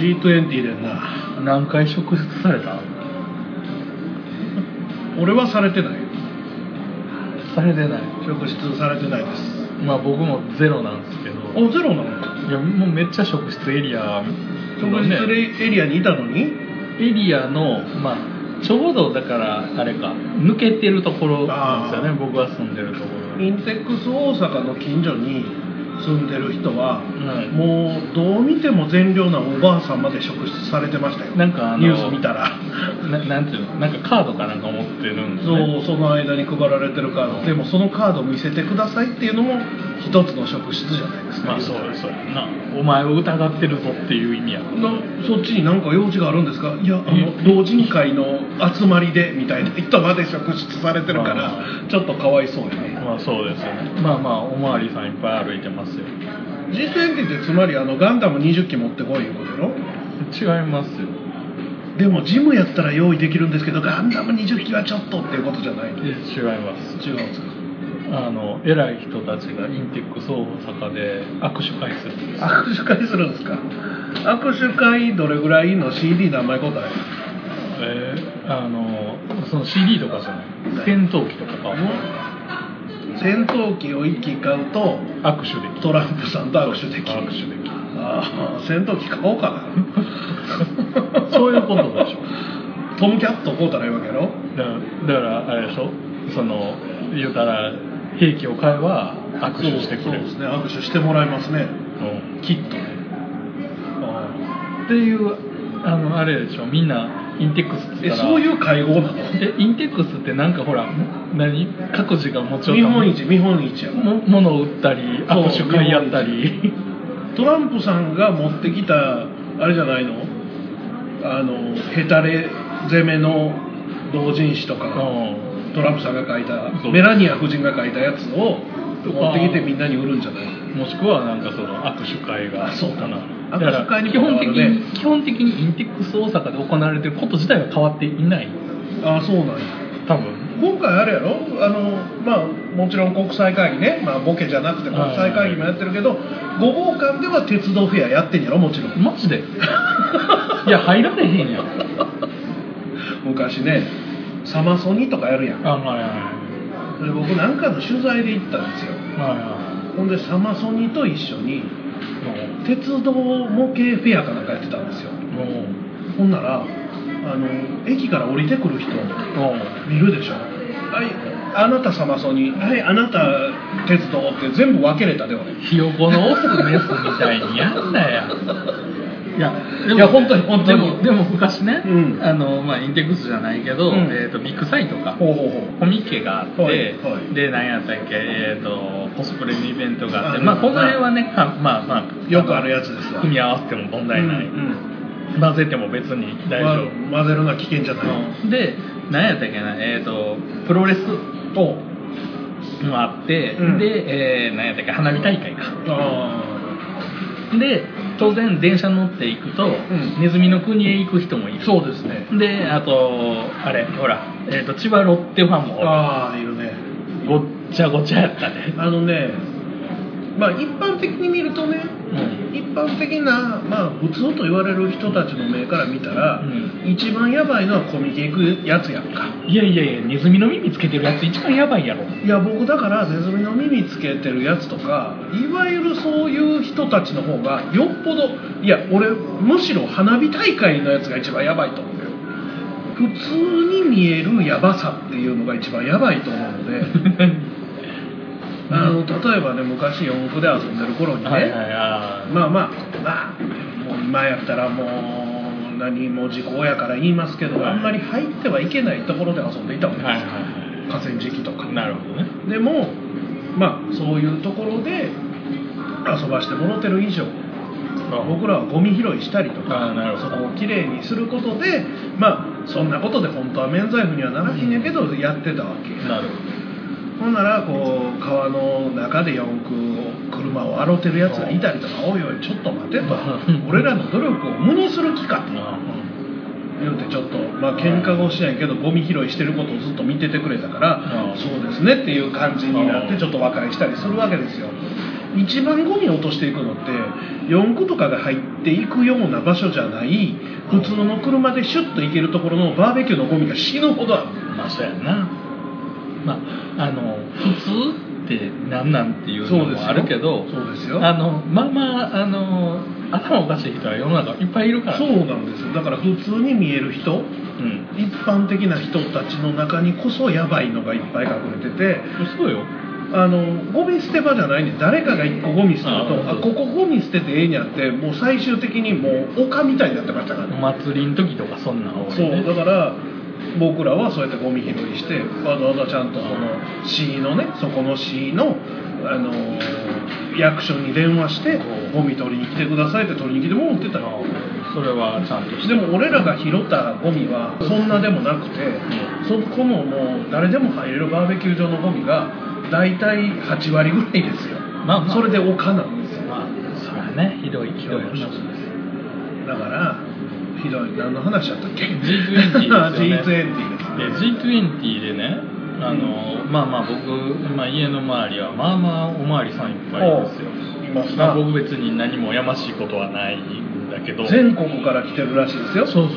G20 でな。 何回職質された？ 俺はされてない。 されてない。 職質されてないです。 まあ僕もゼロなんですけど。 あ、ゼロなの？ いやもうめっちゃ職質エリア、 職質エリアにいたのに？ エリアのまあちょうどだからあれか抜けてるところなんですよね、僕が住んでるところ。 インテックス大阪の近所に住んでる人は、 はい、 もうどう見ても善良なおばあさんまで職質されてましたよ。 なんかニュース見たらなんていうの、なんかカードかなんか持ってるんですね。 そう、その間に配られてるカードでもそのカード見せてくださいっていうのも一つの職質じゃないですか。 まあそうですな、お前を疑ってるぞっていう意味やそっちに何か用事があるんですか？いや老人会の集まりでみたいな人まで職質されてるからちょっとかわいそうやね。 まあそうですよね。まあまあおまわりさんいっぱい歩いてますよ。 G20 ってつまりガンダム20機持ってこいいうことやろ？ 違いますよ。 でもジムやったら用意できるんですけどガンダム20機はちょっとっていうことじゃないの？ 違います。 違うんですか？ 偉い人たちがインテックス大阪で握手会するんです。 握手会するんですか？握手会どれぐらいの CD 何枚答え？ その CD とかじゃない、戦闘機とかか。 戦闘機を1機買うと握手できる。 トランプさんと握手できる。 握手できる。 ああ、戦闘機買おうかなそういうことでしょ。 トムキャット買うたらいいわけやろ。 だからあれでしょ、言うたら兵器を買えば握手してくれる。 そうですね、握手してもらいますね、きっとね。 っていうあれでしょ、みんなインテックスって言ったらそういう会合なの？ インテックスってなんかほら各自が持ち寄った見本市や物を売ったり握手会やったりトランプさんが持ってきたあれじゃないの、ヘタレ攻めの同人誌とか、トランプさんが書いたメラニア夫人が書いたやつを持ってきてみんなに売るんじゃない？ もしくはなんかその握手会が。 そうかな。 だから基本的にインテックス大阪で行われてること自体は変わっていない。 ああ、そうなんや。 多分今回あれやろ、まあもちろん国際会議ね、まあボケじゃなくて国際会議もやってるけど、5号館では鉄道フェアやってんやろ、もちろん。 マジでいや入られへんやん昔ねサマソニとかやるやん。で僕なんかの取材で行ったんですよ。ほんでサマソニと一緒に鉄道模型フェアかなんかやってたんですよ。ほんなら駅から降りてくる人見るでしょ。はい、あなたサマソニ、はい、あなた鉄道って全部分けれたで俺。 ひよこのオスメスみたいにやんなやいや本当にでも昔ね、まあ、インテックスじゃないけど、ビッグサイとかコミケがあって、で何やったっけ、コスプレのイベントがあって、まあこの辺はね、まあよくあるやつですわ。 組み合わせても問題ない、混ぜても別に大丈夫、 混ぜるのは危険じゃない、 で何やったっけな、プロレスもあって、で、何やったっけ、花火大会か。で当然電車乗っていくと、ネズミの国へ行く人もいる。 そうですね。 であとあれほら、千葉ロッテファンもいるね。 ごっちゃごちゃやったね。 まあ一般的に見るとね、一般的なまあ普通と言われる人たちの目から見たら、一番やばいのはコミケ行くやつやんか。 いやネズミの耳つけてるやつ一番やばいやろ。 いや僕だからネズミの耳つけてるやつとかいわゆるそういう人たちの方がよっぽど、いや俺むしろ花火大会のやつが一番やばいと思うよ。普通に見えるやばさっていうのが一番やばいと思うので例えばね、昔四駆で遊んでる頃にね、まあもう今やったらもう時効やから言いますけど、あんまり入ってはいけないところで遊んでいたわけですよ、河川敷とか。 なるほどね。 でもまあそういうところで遊ばしてもらってる以上、僕らはゴミ拾いしたりとかそこをきれいにすることで、まあそんなことで本当は免罪符にはならへんやけどやってたわけ。 なるほど。 ほんならこう川の中で四駆を車を洗ってるやつがいたりとか、おいおいちょっと待てと俺らの努力を無にする気かと言うて、ちょっとまあ喧嘩腰やんけどゴミ拾いしてることをずっと見ててくれたから、そうですねっていう感じになってちょっと和解したりするわけですよ。 一番ゴミを落としていくのって四駆とかが入っていくような場所じゃない普通の車でシュッと行けるところのバーベキューのゴミが死ぬほどある。 まあそうやな。まあ普通ってなんなんっていうのもあるけど、 そうですよ。 まあまあ頭おかしい人は世の中いっぱいいるから。 そうなんですよ。だから普通に見える人、一般的な人たちの中にこそやばいのがいっぱい隠れてて。 そうよ。 ゴミ捨て場じゃないんで誰かが一個ゴミ捨てるとここゴミ捨ててええんやってもう最終的にもう丘みたいになってましたからね。 お祭りの時とかそんな多いね。 そうだから僕らはそうやってゴミ拾いしてわざわざちゃんとその市のねそこの市の、役所に電話してゴミ取りに来てくださいって取りに来てもらってたよ。 それはちゃんとして。 でも俺らが拾ったゴミはそんなでもなくて、そこのもう誰でも入れるバーベキュー場のゴミが大体8割ぐらいですよ。まあ、それで丘なんですよ。 まあそれはねひどい話です。 だからひどい何の話だったっけ？ G20 ですよね。 G20 です。 G20 でねまあまあ僕家の周りはまあまあおまわりさんいっぱいですよ。 いますか。 僕別に何もやましいことはないんだけど全国から来てるらしいですよ。 そう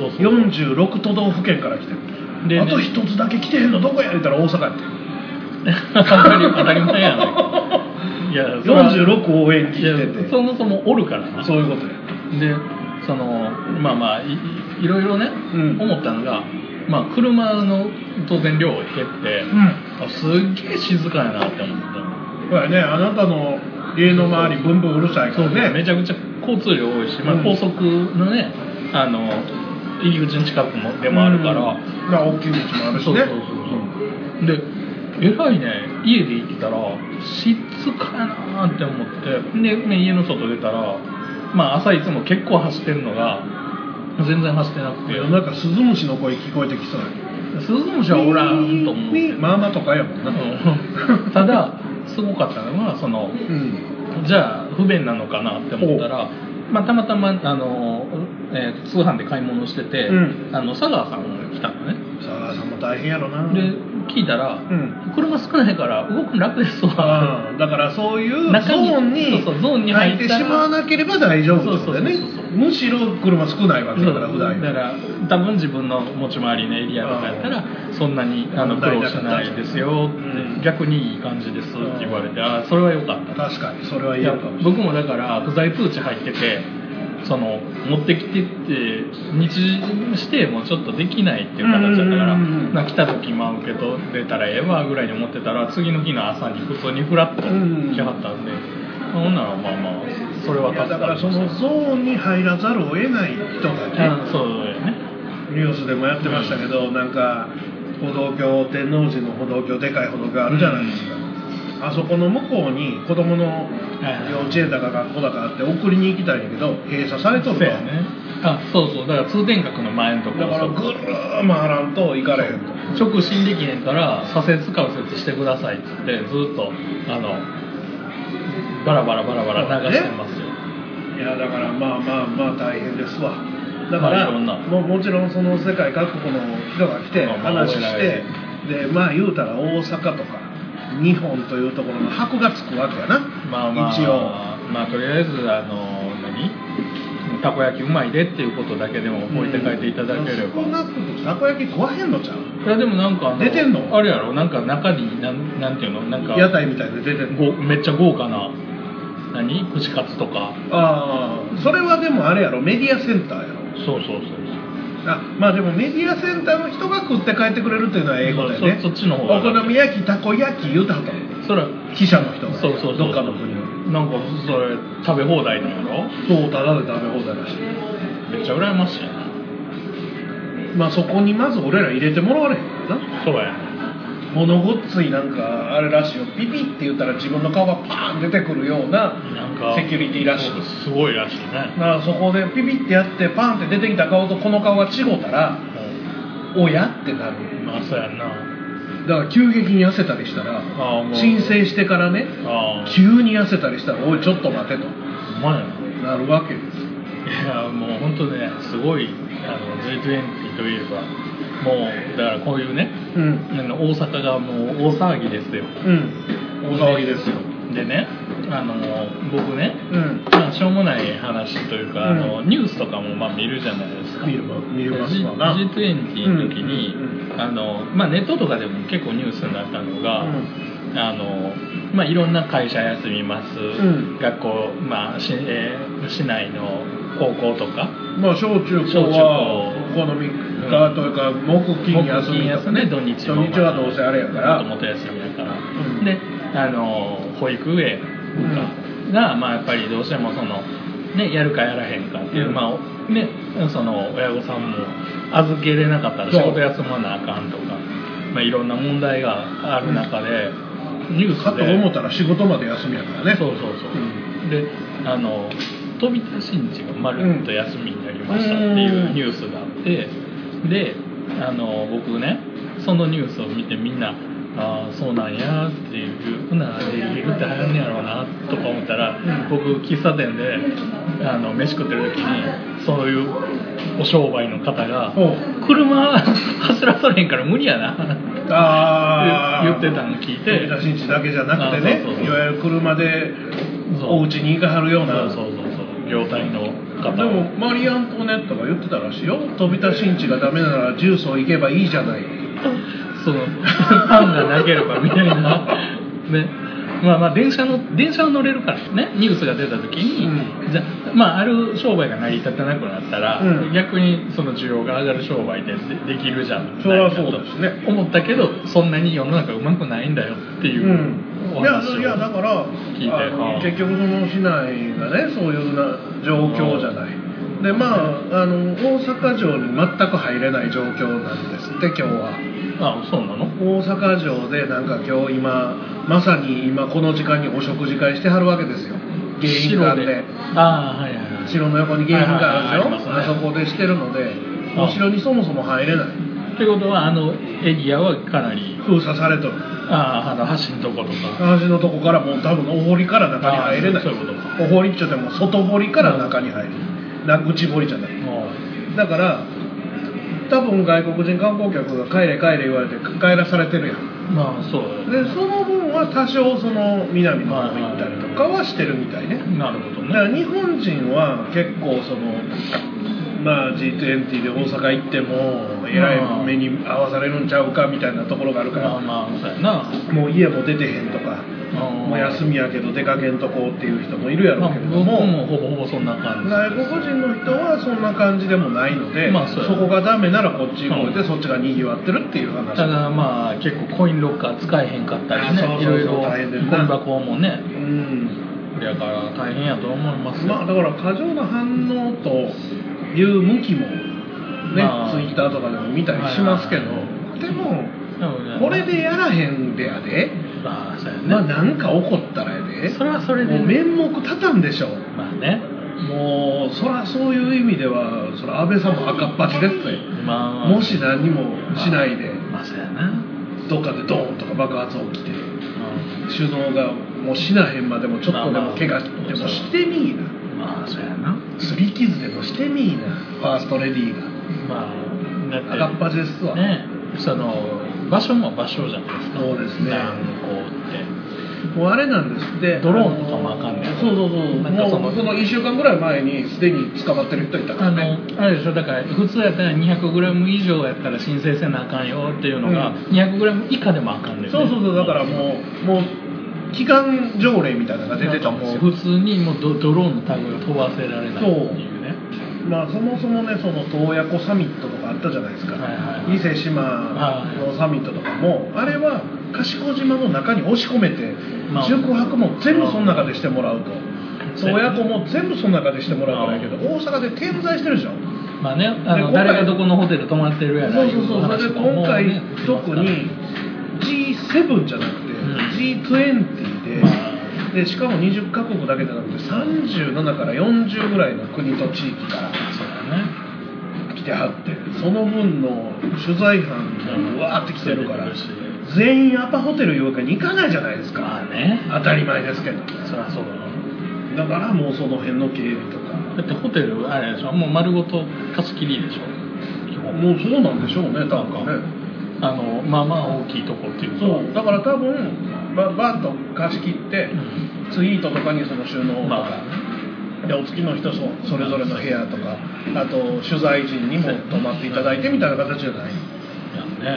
46都道府県から来てるで、ね、あと一つだけ来てへんのどこや言ったら大阪やって当たり前やないか。いや 46応援来ててそもそもおるからな。 そういうことやでまあまあ いろいろね、思ったのが、まあ、車の当然量が減って、すっげえ静かやなって思って。 そうやね、あなたの家の周りブンブンうるさいからね。 めちゃくちゃ交通量多いし、まあ、高速のね入り口の近くでもあるから、 大きい道もあるしね。 でえらいね、家で行ってたら静かやなって思ってで、家の外出たら、まあ、朝いつも結構走ってるのが全然走ってなくて、 なんかスズムシの声聞こえてきそうや。 スズムシはおらんと思う。 まあまあとかやもんな。 ただすごかったのはじゃあ不便なのかなって思ったら、まあ、たまたま通販で買い物してて、佐川さんが来たのね。 佐川さんも大変やろな。 で聞いたら、車少ないから動くの楽ですわ。 だからそういうゾーンに入ってしまわなければ大丈夫ですよね。むしろ車少ないわけだから普段。 だから多分自分の持ち回りのエリアとかやったらそんなに苦労しないですよって、逆にいい感じですって言われて、それは良かった。 確かにそれは言えるかもしれない。 僕もだから不在通知入ってて持ってきてって日時指定もちょっとできないっていう形だったから、来た時も受け取れたらええわぐらいに思ってたら、次の日の朝に普通にフラッと来はったんで、ほんならまあまあそれは助かる。 だからそのゾーンに入らざるを得ない人がね、 そうよね、 ニュースでもやってましたけど、なんか歩道橋、天王寺の歩道橋、でかい歩道橋あるじゃないですか。あそこの向こうに子供の幼稚園だか学校だかあって送りに行きたいんだけど閉鎖されとるからね。 そうだから通天閣の前のところだからぐるー回らんと行かれへんと、 直進できへんから左折右折してくださいって言ってずっとバラバラ流してますよ。 いやだからまあ大変ですわ。だから、もちろんその世界各国の人が来て話してで言うたら大阪とか日本というところの箔がつくわけやな。一応とりあえずたこ焼きうまいでっていうことだけでも置いて帰っていただければ。 少なくともたこ焼き食わへんのちゃう？ いやでもなんか出てんの？ あれやろ、なんか中になんていうの、なんか屋台みたいで出てんの？ めっちゃ豪華な串カツとか。 それはでもあれやろ、メディアセンターやろ。 そうでもメディアセンターの人が食って帰ってくれるっていうのは英語でね。 そっちの方がお好み焼きたこ焼き言うたとそれ記者の人がそうどっかの国のなんかそれ食べ放題なんやろ。 そうタダで食べ放題らしい。 めっちゃ羨ましいな。 そこにまず俺ら入れてもらわれへんからな。 そうや物ごっついなんかあれらしいよ。ピピって言ったら自分の顔がパーン出てくるようなセキュリティらしい。 すごいらしいね。 そこでピピってやってパーンって出てきた顔とこの顔が違うたら、おやってなる。 そうやんな。 だから急激に痩せたりしたら申請してからね急に痩せたりしたらおいちょっと待てとなるわけです。 いやもう本当ねすごいG20 といえばもうだからこういうね、大阪がもう大騒ぎですよ。 大騒ぎですよ。 でね僕ね、しょうもない話というか、ニュースとかも見るじゃないですか。 見ますわな。 G20 の時に、ネットとかでも結構ニュースになったのが、いろんな会社休みます、学校、市内の高校とか、 小中高は好みかというか木金休みとかね、土日はどうせあれやからもともと休みやから、で保育園が、やっぱりどうしてもやるかやらへんかっていう、その親御さんも預けれなかったら仕事休まなあかんとか、いろんな問題がある中で、ニュースでかと思ったら仕事まで休みやからね。 そう、で飛田新地がまるっと休みになりましたっていうニュースがあって、で僕ねそのニュースを見てみんなそうなんやっていうふうなデリヘルって流行んねやろうなとか思ったら、僕喫茶店で飯食ってる時にそういうお商売の方が車走らされへんから無理やな言ってたの聞いて、 飛田新地だけじゃなくてね、いわゆる車でお家に行かはるような業態の方。 でもマリー・アントワネットが言ってたらしいよ。飛田新地がダメなら重曹行けばいいじゃない。 パンがなければみたいなね。電車を乗れるからね、ニュースが出た時に、じゃある商売が成り立たなくなったら、逆にその需要が上がる商売でできるじゃんそれはそうですね思ったけど、そんなに世の中うまくないんだよっていうお話をいやだから聞いて、 結局その市内がねそういう状況じゃない。で大阪城に全く入れない状況なんですって今日は。 そうなの？ 大阪城で今日まさに今この時間にお食事会してはるわけですよ。迎賓館で。城の横に迎賓館あるでしょ。あそこでしてるので、お城にそもそも入れない。 ってことはエリアはかなり封鎖されとる。 橋のとことか。 橋のとこからもう多分お堀から中に入れない。お堀って言っても外堀から中に入る。内堀じゃない。だから多分外国人観光客が帰れ言われて帰らされてるやん。 そうでその分は多少南の方行ったりとかはしてるみたいね。 なるほどね。 だから日本人は結構G20 で大阪行ってもえらい目に合わされるんちゃうかみたいなところがあるから、 そうやな。 もう家も出てへんとか、もう休みやけど出かけんとこっていう人もいるやろうけれども、 僕もほぼそんな感じ。 外国人の人はそんな感じでもないので、そこがダメならこっち行こうて、そっちがにぎわってるっていう話。 ただ結構コインロッカー使えへんかったりね、いろいろゴミ箱もね、だから大変やと思いますよ。 だから過剰な反応という向きもね、ツイッターとかでも見たりしますけど、でもこれでやらへんでやで、なんか起こったらやで、 それはそれでもう面目立たんでしょ。もうそらそういう意味では安倍さんも赤っ端ですよ。もし何もしないで、どっかでドーンとか爆発起きて、首脳がもう死なへんまでもちょっとでも怪我でもしてみーな。すり傷でもしてみーな。ファーストレディーが赤っ端ですわね。場所も場所じゃないですか。 そうですね。 ってもうあれなんですって。 ドローンとかもあかんねん。 そうもうその1週間ぐらい前にすでに捕まってる人いたからね。 あれでしょ、だから普通やったら 200g 以上やったら申請せなあかんよっていうのが、200g 以下でもあかんねんね。 そうだからもう期間条例みたいなのが出てたんですよ。 もう普通にもうドローンの類を飛ばせられないっていうね。 そもそもね、洞爺湖サミットとかあったじゃないですか。伊勢志摩のサミットとかも、あれは賢島の中に押し込めて、宿泊も全部その中でしてもらうと、洞爺湖も全部その中でしてもらうからやけど、大阪で点在してるでしょ。 誰がどこのホテル泊まってるやら。 それで今回特に G7 じゃなくて G20 でしかも20カ国だけじゃなくて37から40ぐらいの国と地域から来てはって、その分の取材班がうわーって来てるから、全員アパホテルいうわけにいかないじゃないですか。当たり前ですけど。 そりゃそうだからもうその辺の警備とか。 だってホテルあれでしょ、もう丸ごと貸し切りでしょ。 もうそうなんでしょうね、多分ね。 大きいとこっていうか。 そうだから多分バーッと貸し切って、 ツイートとかにその収納とか、でお付きの人それぞれの部屋とか、あと取材陣にも泊まっていただいてみたいな形じゃない、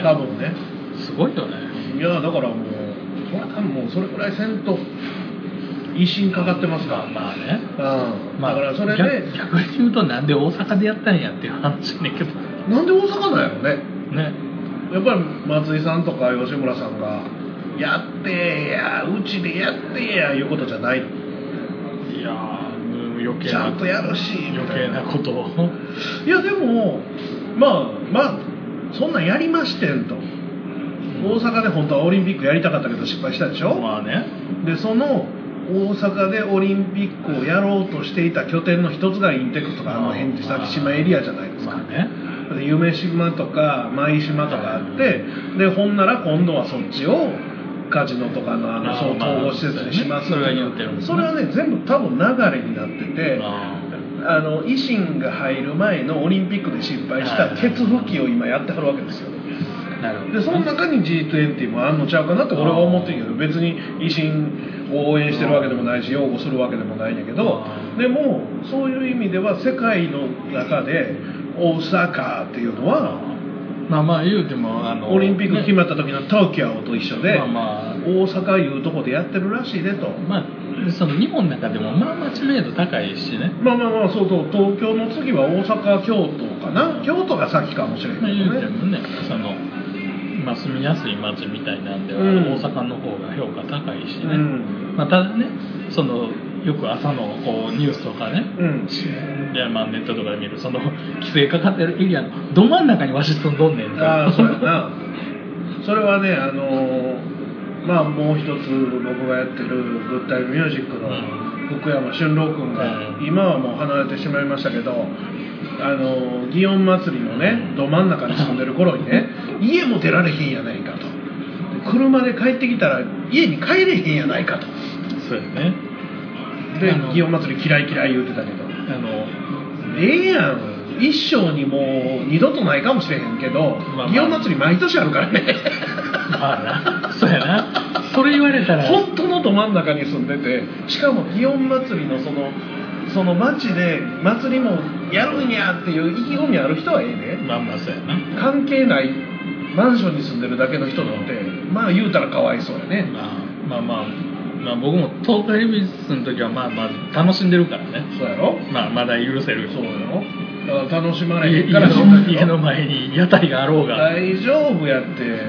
多分ね。 すごいよね。 いやだからもうそれくらいせんと威信かかってますから。 まあね、 だからそれで逆に言うとなんで大阪でやったんやっていう話ねんけど、 なんで大阪なんやろね。やっぱり松井さんとか吉村さんがやってやうちでやってやいうことじゃない。いや余計なちゃんとやるし余計なことをいやでもまあそんなんやりましてんと、大阪で本当はオリンピックやりたかったけど失敗したでしょ。 まあね。 でその大阪でオリンピックをやろうとしていた拠点の一つがインテックスとか辺先島エリアじゃないですか。 まあね。 で夢島とか舞島とかあって、でほんなら今度はそっちをカジノとかのそう統合してたりしますけど、それはね全部多分流れになってて、維新が入る前のオリンピックで失敗した鉄吹きを今やってはるわけですよ。でその中に G20 もあんのちゃうかなって俺は思ってるけど、別に維新を応援してるわけでもないし擁護するわけでもないんだけど、でもそういう意味では世界の中で大阪っていうのはまあ言うてもオリンピック決まった時の東京と一緒で、大阪いうとこでやってるらしいでと。 その日本の中でも知名度高いしね。 そう東京の次は大阪京都かな。京都が先かもしれないけどね。 言うてもね住みやすい街みたいなんでは、大阪の方が評価高いしね、ただねよく朝のニュースとかね、ネットとかで見る規制かかってるエリアのど真ん中にわし住んどんねんと。 そうやな。それはねもう一つ僕がやってるグッタイムミュージックの福山俊郎君が、今はもう離れてしまいましたけど、祇園祭のねど真ん中に住んでる頃にね家も出られへんやないかと、車で帰ってきたら家に帰れへんやないかと。 そうやね。 で祇園祭嫌い言うてたけど、やん一生にもう二度とないかもしれへんけど、祇園祭毎年あるからね。 そうやな。それ言われたら本当のど真ん中に住んでて、しかも祇園祭のその町で祭りもやるんやっていう意気込みある人はええね。 そうやな。 関係ないマンションに住んでるだけの人なんて言うたらかわいそうやね。 僕も東海恵比寿の時は楽しんでるからね。 そうやろ。 まだ許せる。 そうやろ。だから楽しまれへんから家の前に屋台があろうが大丈夫やって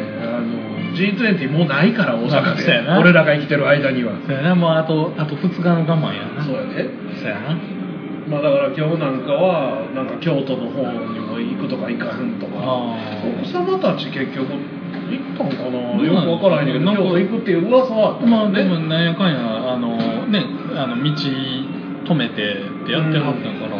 。G20 もうないから大阪で、俺らが生きてる間には。 そうやな。もうあと2日の我慢やな。 そうやね。 そうやな。 だから今日なんかは京都の方にも行くとか行かへんとか、奥様たち結局行ったんかな、よく分からへんけど、京都行くっていう噂はあったもんね。 でもなんやかんや道止めてってやってはったから、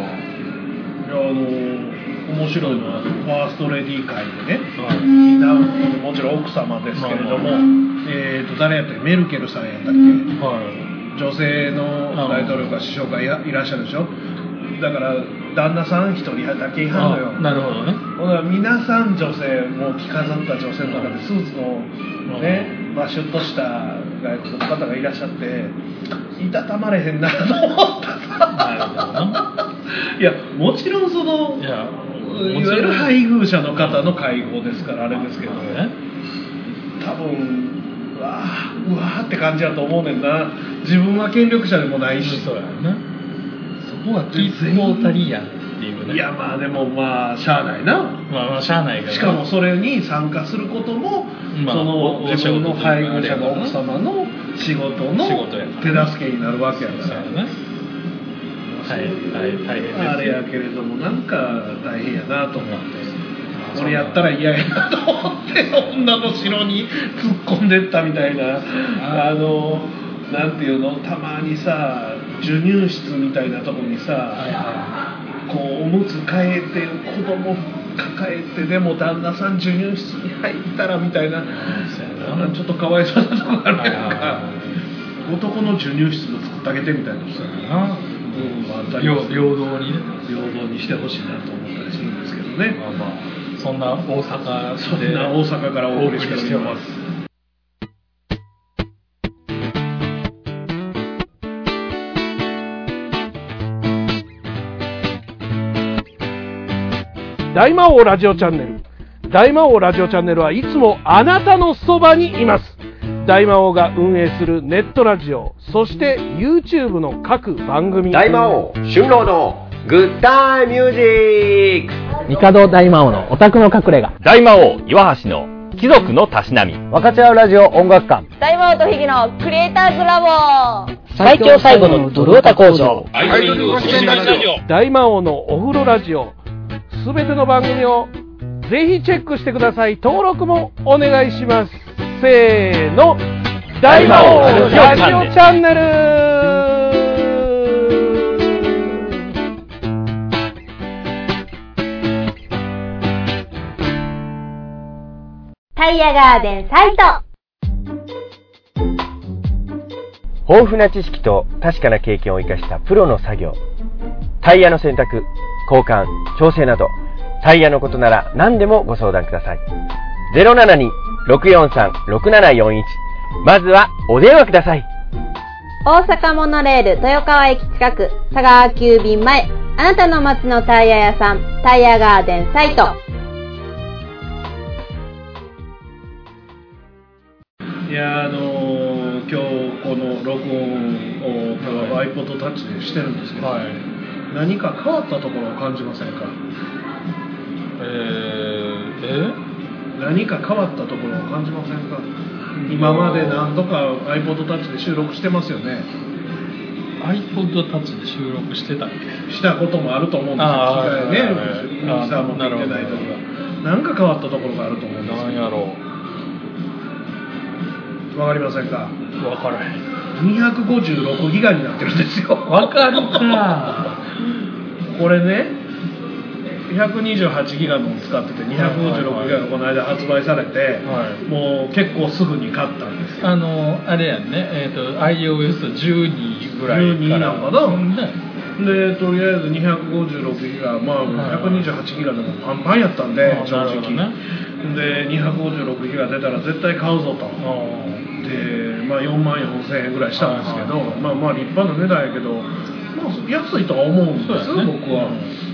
面白いのはファーストレディー会でね、もちろん奥様ですけれども、誰やったっけ、メルケルさんやったっけ、女性の大統領か首相がいらっしゃるでしょ。だから旦那さん一人だけいはんのよ。 なるほどね。 皆さん女性も着飾った女性の中でスーツのね、シュッとした外国の方がいらっしゃって、いたたまれへんなと思ったさ。 なるほどな。 いやもちろんいわゆる配偶者の方の会合ですからあれですけどね、多分うわーって感じだと思うねんな。自分は権力者でもないし。 そうやな。そこはキープモータリーやんっていうね。 いやでもしゃあないな。 しゃあないから。 しかもそれに参加することも、自分の配偶者の奥様の仕事の手助けになるわけやから。そうやね。大変ですあれやけれども大変やなと思って、俺やったら嫌やなと思って女の城に突っ込んでったみたいな、なんていうの、たまにさ授乳室みたいなとこにさ、おむつ替えて子供抱えて、でも旦那さん授乳室に入ったらみたいな、ちょっとかわいそうなとこあるやんか。男の授乳室も作ってあげてみたいな。平等にしてほしいなと思ったりするんですけどね。 そんな大阪からお送りしております。 大魔王ラジオチャンネル。大魔王ラジオチャンネルはいつもあなたのそばにいます。大魔王が運営するネットラジオ、そして YouTube の各番組。 大魔王春郎のグッタイミュージック。 帝大魔王のオタクの隠れ家。 大魔王岩橋の貴族のたしなみ。 分かち合うラジオ音楽館。 大魔王とヒゲのクリエイターズラボ。 最強最後のドルオタ工場。 大魔王のお風呂ラジオ。すべての番組をぜひチェックしてください。登録もお願いします。せーの、大魔王ラジオチャンネル。 タイヤガーデンサイト。 豊富な知識と確かな経験を生かしたプロの作業。タイヤの選択、交換、調整など、タイヤのことなら何でもご相談ください。072-643-6741。まずはお電話ください。 大阪モノレール豊川駅近く、佐川急便前。あなたの街のタイヤ屋さん、タイヤガーデンサイト。 いや今日この録音を iPod Touch でしてるんですけど、何か変わったところを感じませんか？何か変わったところを感じませんか？今まで何度か iPod Touch で収録してますよね。 iPod Touch で収録してたっけ？ したこともあると思うんですよ。機械ね、ミキサーも入ってないとか、何か変わったところがあると思うんですよ。 何やろう。 わかりませんか？ わからへん。 256ギガになってるんですよ。 わかるか。 これね、128ギガのを使ってて256ギガがこの間発売されて、もう結構すぐに買ったんですよ。 あれやんね、iOS12 ぐらいから 12なのかな。でとりあえず256ギガ、まあ128ギガでもパンパンやったんで、正直で256ギガ出たら絶対買うぞと。で、まあ、4万4000円ぐらいしたんですけど、まあ立派な値段やけど、まあ、安いとは思うんですよ、僕は。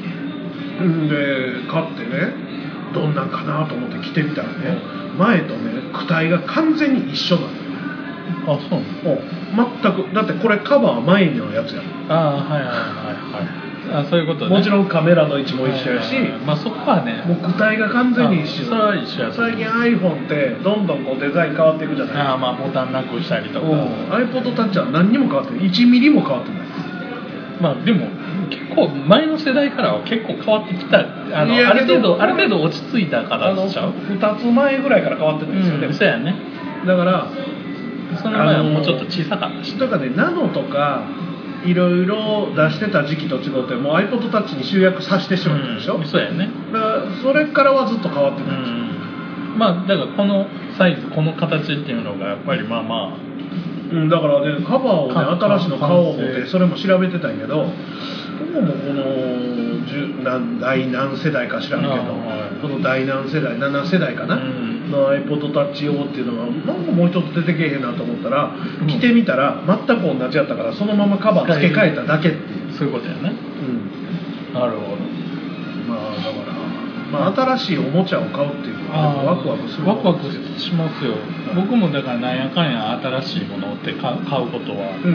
で買ってね、どんなんかなと思って着てみたらね、前とね躯体が完全に一緒なのよ。 あ、そうなの？全く。だってこれカバー前のやつやん。 あ、そういうことね。 もちろんカメラの位置も一緒やし、 まあそこはね、 もう躯体が完全に一緒。 それは一緒や。 最近 iPhone ってどんどんこうデザイン変わっていくじゃないですか。 まあボタンなくしたりとか。 iPod Touch は何にも変わってない。1ミリも変わってない。 まあでも結構前の世代からは結構変わってきた。ある程度落ち着いたからしちゃう。 2つ前ぐらいから変わってるんですよね。 そうやね。 だからその前はもうちょっと小さかったし。 とかね、ナノとかいろいろ出してた時期と違って、もう iPod Touch に集約させてしまったでしょ。 そうやね。 だからそれからはずっと変わってないんですよ。 まあだからこのサイズ、この形っていうのがやっぱりまあまあ。 だからね、カバーをね、新しいの買おう思ってそれも調べてたんやけど、どうもこの第何世代か知らんけど、この第何世代、7世代かな、の iPod Touch 用っていうのがなんかもう一つ出てけえへんなと思ったら、着てみたら全く同じやったから、そのままカバー付け替えただけっていう。 そういうことやね。なるほど。 まあだから、新しいおもちゃを買うっていうのはワクワクする。 ワクワクしますよ。僕もだからなんやかんや新しいものって買うことはあって、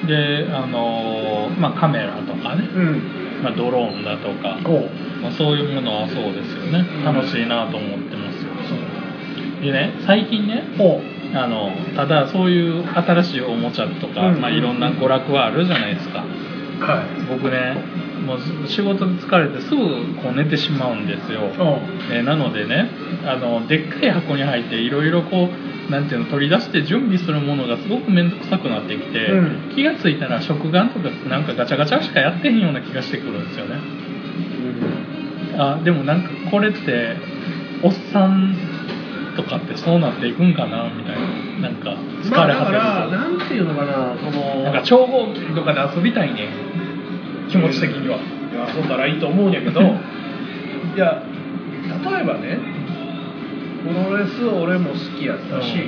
でまあカメラとかね、まあ、ドローンだとか、まあ、そういうものはそうですよね。楽しいなと思ってますよ。でね、最近ね、ただそういう新しいおもちゃとか、まあ、いろんな娯楽はあるじゃないですか。僕ね、もう仕事で疲れてすぐこう寝てしまうんですよ。なのでね、でっかい箱に入っていろいろこうなんていうの取り出して準備するものがすごく面倒くさくなってきて、気がついたら食玩とかなんかガチャガチャしかやってへんような気がしてくるんですよね。でもなんかこれっておっさんとかってそうなっていくんかなみたいな、なんか疲れ果てると、 だからなんていうのかな、 なんか超合金とかで遊びたいね、気持ち的には。 遊んだらいいと思うんやけどいや、例えばね、プロレス俺も好きやったし、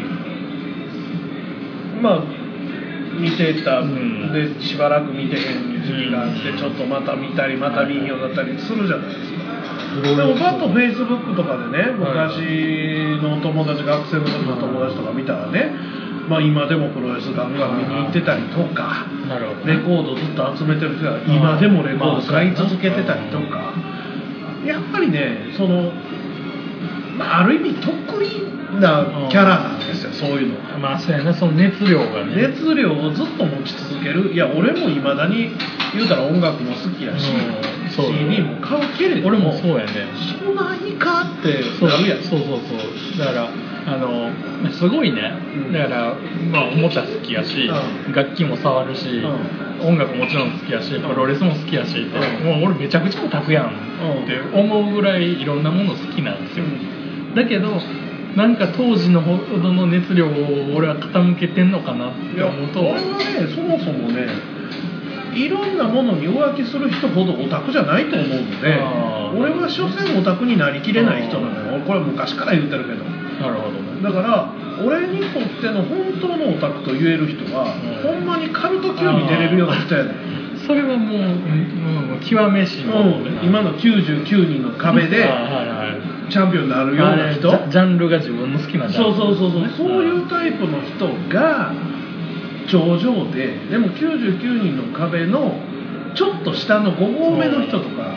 まあ見てた、でしばらく見てへん時期があって、ちょっとまた見たりまた見んようになったりするじゃないですか。 でもパッとフェイスブックとかでね、昔の友達、学生の時の友達とか見たらね、まあ、今でもプロレスガンガン見に行ってたりとか、レコードずっと集めてる人が今でもレコード買い続けてたりとか、やっぱりね、その、まあ、ある意味得意なキャラなんですよ、そういうの。 まあそうやね、その熱量がね、 熱量をずっと持ち続ける。いや、俺もいまだに言うたら音楽も好きやし、CD も買うけれども、 俺もそうやね、 そんなにかってなるやん。 そうだからすごいね、だから、まあ、おもちゃ好きやし、楽器も触るし、音楽もちろん好きやし、プロレスも好きやしって、もう俺めちゃくちゃオタクやんって思うぐらいいろんなもの好きなんですよ。だけどなんか当時のほどの熱量を俺は傾けてんのかなって思うと、 俺はね、そもそもね、いろんなものに浮気する人ほどオタクじゃないと思うので、俺は所詮オタクになりきれない人なのよ。これは昔から言ってるけど。 なるほどね。 だから俺にとっての本当のオタクと言える人は、ほんまにカルト級に出れるような人やねん。 それはもう、極めしの、 今の99人の壁でチャンピオンになるような人、 ジャンルが自分の好きなジャンル、 そういうタイプの人が頂上で、でも99人の壁のちょっと下の5合目の人とか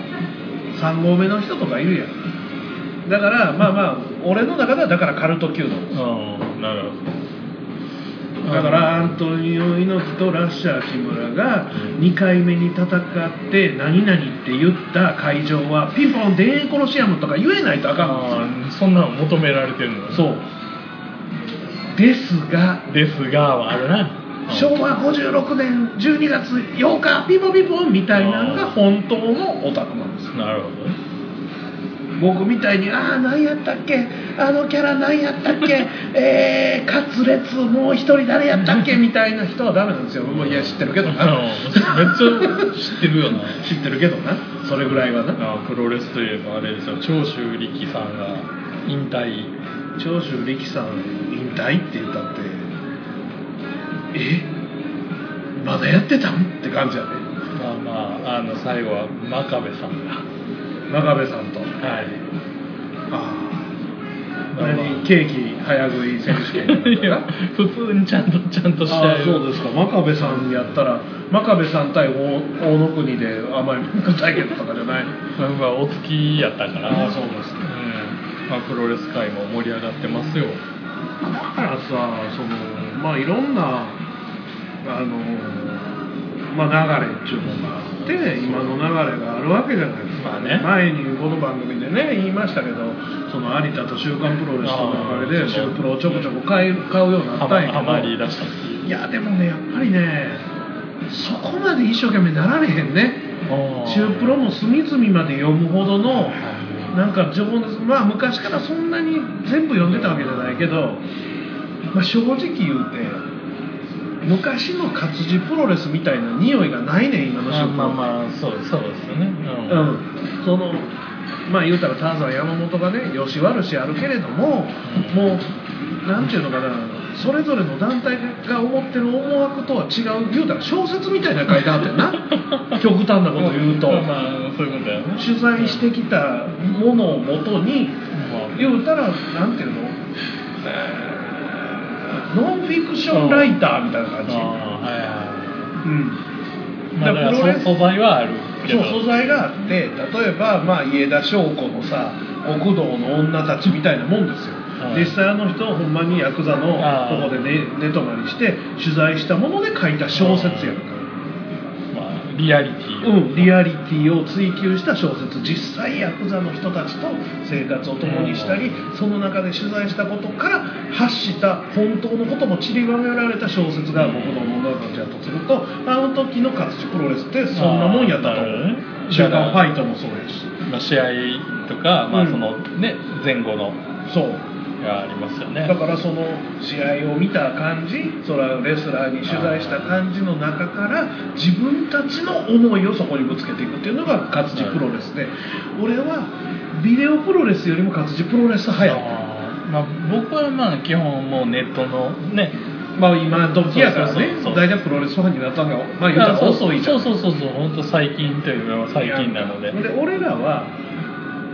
3合目の人とかいるやん。だからまあ俺の中ではだからカルト級なんですよ。 なるほど。 だからアントニオ猪木とラッシャー木村が2回目に戦って何々って言った会場はピンポン田園コロシアムとか言えないとあかんの。そんなの求められてるの。 そうですがはあるな。 昭和56年12月8日ピンポンピンポンみたいなのが本当のオタクなんですよ。 なるほど。 僕みたいに何やったっけ、あのキャラ何やったっけカツレツもう一人誰やったっけみたいな人はダメなんですよ。もういや知ってるけどな。 めっちゃ知ってるよな。 知ってるけどな。それぐらいはな。 プロレスといえばあれですよ、長州力さんが引退。 長州力さん引退って言ったってまだやってたんって感じやね。 最後は真壁さんが。 真壁さんと、ケーキ早食い選手権いや普通にちゃんとしたそうですか。真壁さんやったら真壁さん対大野国で甘い対決とかじゃない。 お付きやったからそうです、 プロレス界も盛り上がってますよ。 だからさ、いろんな流れっていうのがあって今の流れがあるわけじゃないですか。前にこの番組でね言いましたけど、その有田と週刊プロレスの流れで週プロをちょこちょこ買うようになったんやけど、いやでもね、やっぱりねそこまで一生懸命なられへんね。週プロも隅々まで読むほどのなんか情報です。昔からそんなに全部読んでたわけじゃないけど、正直言うて昔の活字プロレスみたいな匂いがないね今の週プロ。 そうですよね。 言うたらターザン山本がねよし悪しあるけれども、もうなんていうのかな、それぞれの団体が思ってる思惑とは違う、言うたら小説みたいな書いてあってんな極端なこと言うと、 そういうことやね。 取材してきたものをもとに、言うたらなんていうの、ノンフィクションライターみたいな感じ。 だから素材はあるけど、 素材があって、例えば家田翔子のさ極道の女たちみたいなもんですよ。実際の人ほんまにヤクザのとこで寝泊まりして取材したもので書いた小説やんか。 リアリティリアリティを追求した小説。実際ヤクザの人たちと生活を共にしたり、その中で取材したことから発した本当のことも散りばめられた小説が僕の物語だとすると、あの時の活字プロレスってそんなもんやったと思う。週刊ファイトもそうやし、 試合とか、そのね前後のそうがありますよね。 だからその試合を見た感じ、それはレスラーに取材した感じの中から自分たちの思いをそこにぶつけていくっていうのが活字プロレスで、俺はビデオプロレスよりも活字プロレス派やった。 僕は基本もうネットのね、 今時やからね、大体プロレスファンになったのが言うたら遅いじゃん。 そう本当最近というのは最近なので、 俺らは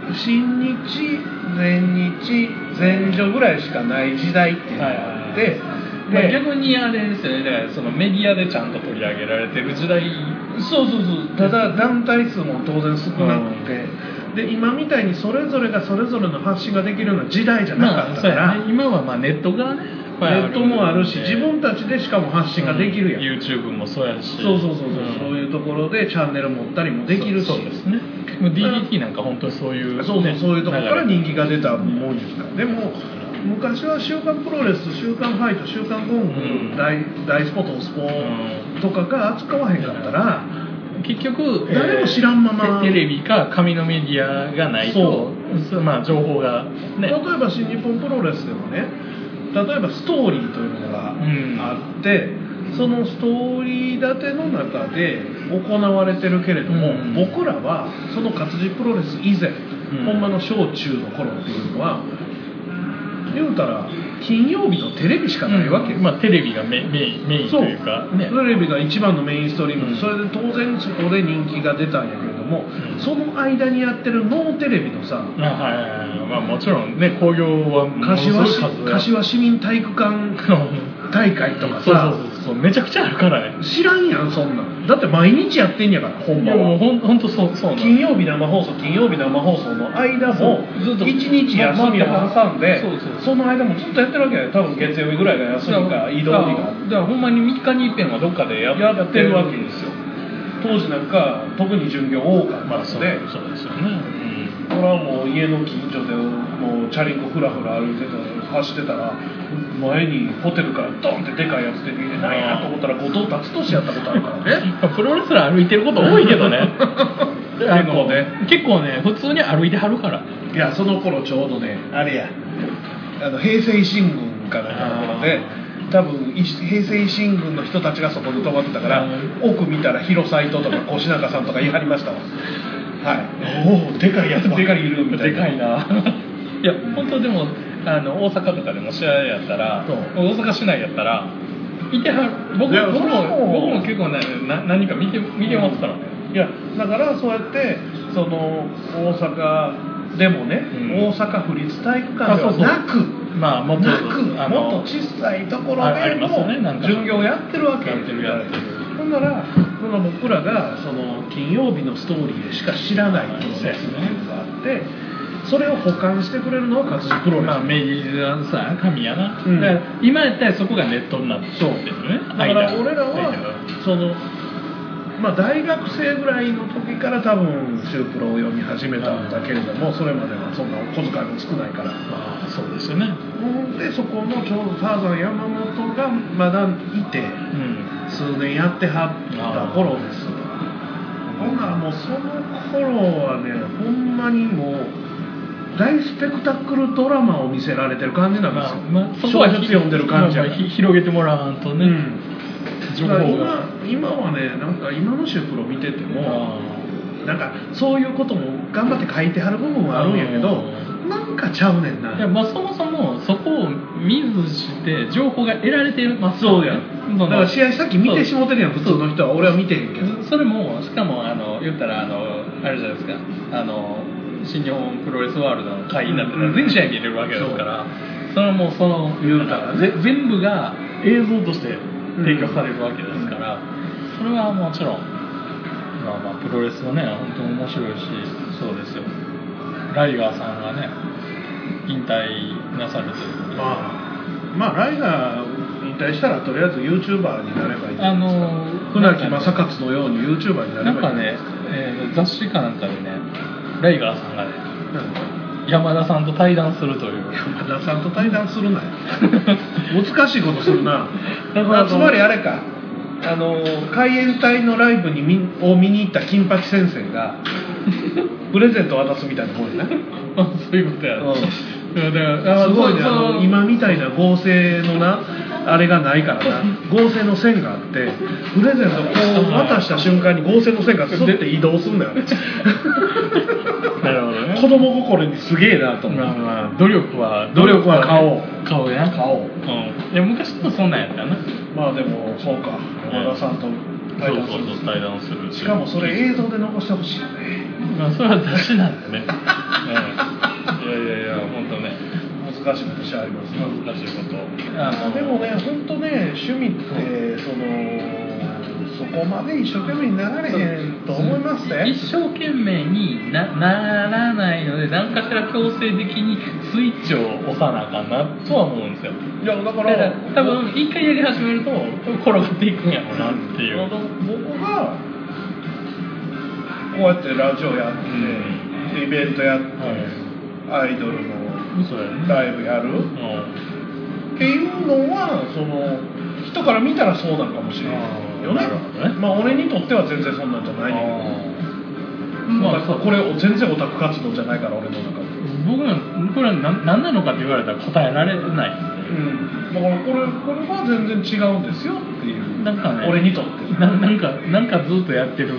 新日、全日、全女ぐらいしかない時代っていうのがあって、 まあ、逆にあれですよね、だからそのメディアでちゃんと取り上げられてる時代。 そうただ団体数も当然少なくて、で今みたいにそれぞれがそれぞれの発信ができるような時代じゃなかったから、 ね、今はまあネットがね、 ネットもあるし、自分たちでしかも発信ができるやん、 YouTube もそうやし、 そういうところでチャンネル持ったりもできるし、 そうですね。DDT なんか本当にそういう、ね、 そういうところから人気が出たもんですから。でも昔は週刊プロレス、週刊ファイト、週刊ゴング、大スポとスポとかが扱わへんかったら、 結局誰も知らんまま、 テレビか紙のメディアがないと、まあ、情報が、ね、 例えば新日本プロレスでもね、例えばストーリーというのがあって、そのストーリー立ての中で行われてるけれども、僕らはその活字プロレス以前、ほんまの小中の頃っていうのは言うたら金曜日のテレビしかないわけ、 まあ、テレビがメインというか、 ね、テレビが一番のメインストリーム、それで当然そこで人気が出たんやけれども、その間にやってるノーテレビのさ、 まあ、もちろんね、興行は柏市民体育館大会とかさ、 そうめちゃくちゃあるからね。 知らんやんそんなん。だって毎日やってんやから、ほんまは。 いやもうほんとそう金曜日生放送の間も1日休みを挟んで、その間もずっとやってるわけや。多分月曜日ぐらいが休みか移動日が。 だからほんまに3日に一遍はどっかでやってるわけですよ。 当時なんか特に巡業多かったので、 そうですよね。 これはもう家の近所でもうチャリンコフラフラ歩いてた走ってたら、前にホテルからドンってでかいやつ出てきて、何やと思ったら後藤達俊やったことあるからね。 プロレスラー歩いてること多いけどね。結構ね普通に歩いてはるから。 いやその頃ちょうどねあれや平成新軍かなんかの頃で、多分平成新軍の人たちがそこに泊まってたから、奥見たら広斎藤とか越中さんとか言い張りましたわ。はい、おおでかいやつばっかりいるみたいな。 でかいな。いや本当でも大阪とかでも試合やったら、大阪市内やったらいてはる。僕も結構ね何か見てますからね。 いやだからそうやってその大阪でもね、大阪府立体育館ではなく、 まあもっと小さいところでも巡業やってるわけ。ほんなら僕らがその金曜日のストーリーでしか知らないプロレスがあって、それを補完してくれるのは活字プロレス。 まあメディアさ神やな。だから今やったらそこがネットになってるね。 だから俺らはそのまあ大学生ぐらいの時から多分シュープロを読み始めたんだけれども、それまではそんな小遣いも少ないから。 そうですよね。 でそこのちょうどターザン山本がまだいて、数年やってはった頃です。ほんならもうその頃はね、ほんまにもう大スペクタクルドラマを見せられてる感じなんですよ。小説読んでる感じ。 広げてもらわんとね。 情報が今はね、なんか今のシュープロ見ててもなんかそういうことも頑張って書いてはる部分はあるんやけど、なんかちゃうねんな。 いや、まあそもそもそこを見ずして情報が得られてますからね。 そうや。だから試合さっき見てしもてるやん、普通の人は。俺は見てへんけど。 それもしかも言ったらあれじゃないですか、新日本プロレスワールドの会員になってたら全試合見れるわけですから、それはもう言うたらね、 全部が映像として提供されるわけですから、それはもちろんまあプロレスはね本当に面白いし、そうですよ。ライガーさんがね引退なさるということで、 まあライガー引退したらとりあえず YouTuber になればいい。船木正勝のように YouTuber になればいい。 なんかね、雑誌かなんかでね、ライガーさんがね、山田さんと対談するという。 山田さんと対談するなよ。難しいことするな。つまりあれか、海援隊のライブを見に行った金八先生がプレゼント渡すみたいなもんやな。 そういうことや。 すごいね、今みたいな合成のなあれがないからな、合成の線があってプレゼントこう渡した瞬間に合成の線がスッて移動するんだよね。 なるほどね。 子供心にすげえなと思う。 努力は顔やな。顔。いや昔もそんなんやったよな。 まあでもそうか、山田さんと対談する。 対談する。 しかもそれ映像で残してほしいよね。 まあそれは出しなんでね、いや本当ね難しいことしてあります。 難しいこと。 でもね、本当ね、趣味ってそこまで一生懸命になられへんと思いますね。 一生懸命に ならないので、何かしら強制的にスイッチを押さなあかんなとは思うんですよ。 いやだから多分一回やり始めると転がっていくんやろうなっていう。 僕がこうやってラジオやって、イベントやって、アイドルのライブやる、っていうのは人から見たらそうなんかもしれないよね。まあ俺にとっては全然そんなんじゃないねんけど、これ全然オタク活動じゃないから俺の中で。 僕はこれは何なのかって言われたら答えられない。 だからこれは全然違うんですよっていう。 なんかね、 俺にとってなんかずっとやってる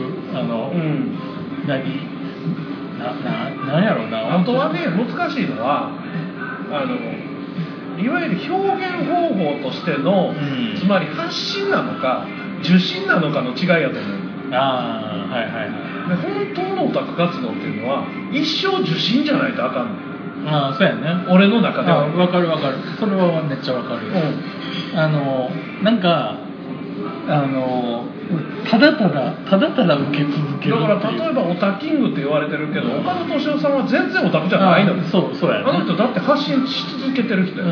なんやろうな。 あとはね、難しいのはいわゆる表現方法としての、つまり発信なのか受信なのかの違いやと思う。で本当のオタク活動っていうのは一生受信じゃないとあかんの。 そうやね。 俺の中では。 わかる。それはめっちゃわかる。なんかただただ受け続ける。 だから例えばオタキングって言われてるけど、岡野敏夫さんは全然オタクじゃないのよ。 そうやね。 あの人だって発信し続けてる人や。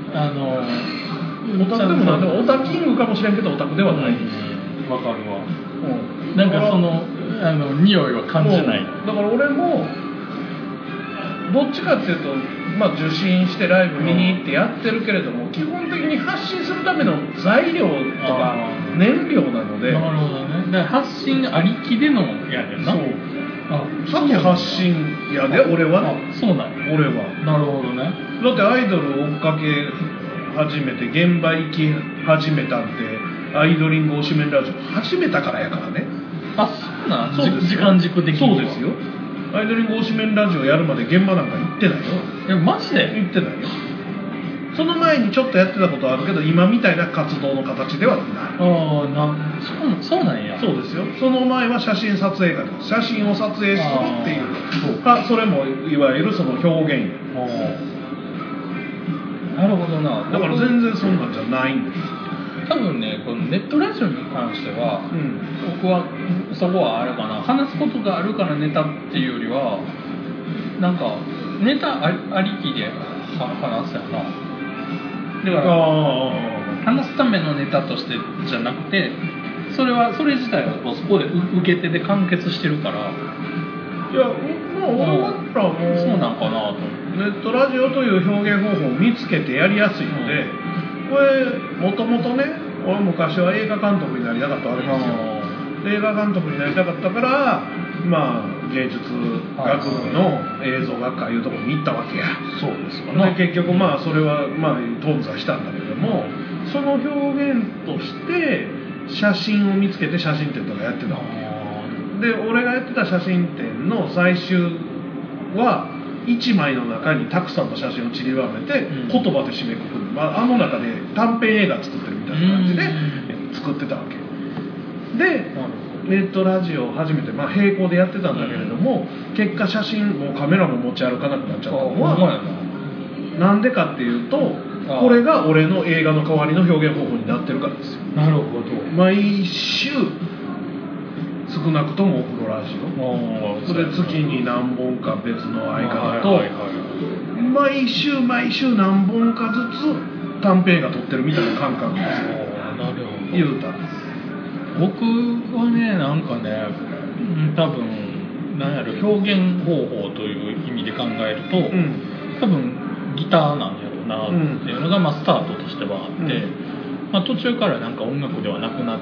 オタクでもなんでもオタキングかもしれんけどオタクではない。 わかるわ。なんか匂いは感じない。 だから俺もどっちかっていうと、受信してライブ見に行ってやってるけれども、基本的に発信するための材料とか燃料なので。 なるほどね。だから発信ありきでのやねんな。 さっき発信やで俺は。 そうなんや。 俺は。 なるほどね。 だってアイドルを追っかけ始めて現場行き始めたってアイドリング推しメンラジオ始めたからやからね。 そうなん。 そうです。 時間軸的に。 そうですよ。アイドリング推しメンラジオやるまで現場なんか行ってないよ。 マジで？ 行ってないよ。その前にちょっとやってたことはあるけど、今みたいな活動の形ではない。 そうなんや。 そうですよ。その前は写真撮影家です。写真を撮影するっていう。それもいわゆるその表現。 なるほどな。 だから全然そんなんじゃないんです。 多分ね、このネットラジオに関しては、僕はそこはあれかな、話すことがあるからネタっていうよりはなんかネタありきで話すやな。だから話すためのネタとしてじゃなくて、それ自体はそこで受け手で完結してるから。 いや、俺だったらもうそうなんかなと。 ネットラジオという表現方法を見つけてやりやすいので、これもともとね、俺昔は映画監督になりたかったわけですよ。映画監督になりたかったから、芸術学部の映像学科いうところに行ったわけや。 そうですかね。 で結局それは頓挫したんだけども、その表現として写真を見つけて写真展とかやってたわけで、俺がやってた写真展の最終は1枚の中にたくさんの写真を散りばめて言葉で締めくくる、あの中で短編映画作ってるみたいな感じで作ってたわけで、ネットラジオを初めて並行でやってたんだけれども、結果写真もうカメラも持ち歩かなくなっちゃったのはなんでかっていうと、これが俺の映画の代わりの表現方法になってるからですよ。 なるほど。 毎週少なくともお風呂ラジオ、それで月に何本か別の相方と毎週何本かずつ短編映画撮ってるみたいな感覚ですよ。 なるほど。 言うた僕はね、なんかね、多分なんやろ、表現方法という意味で考えると、多分ギターなんやろうなっていうのがスタートとしてはあって、途中からなんか音楽ではなくなって、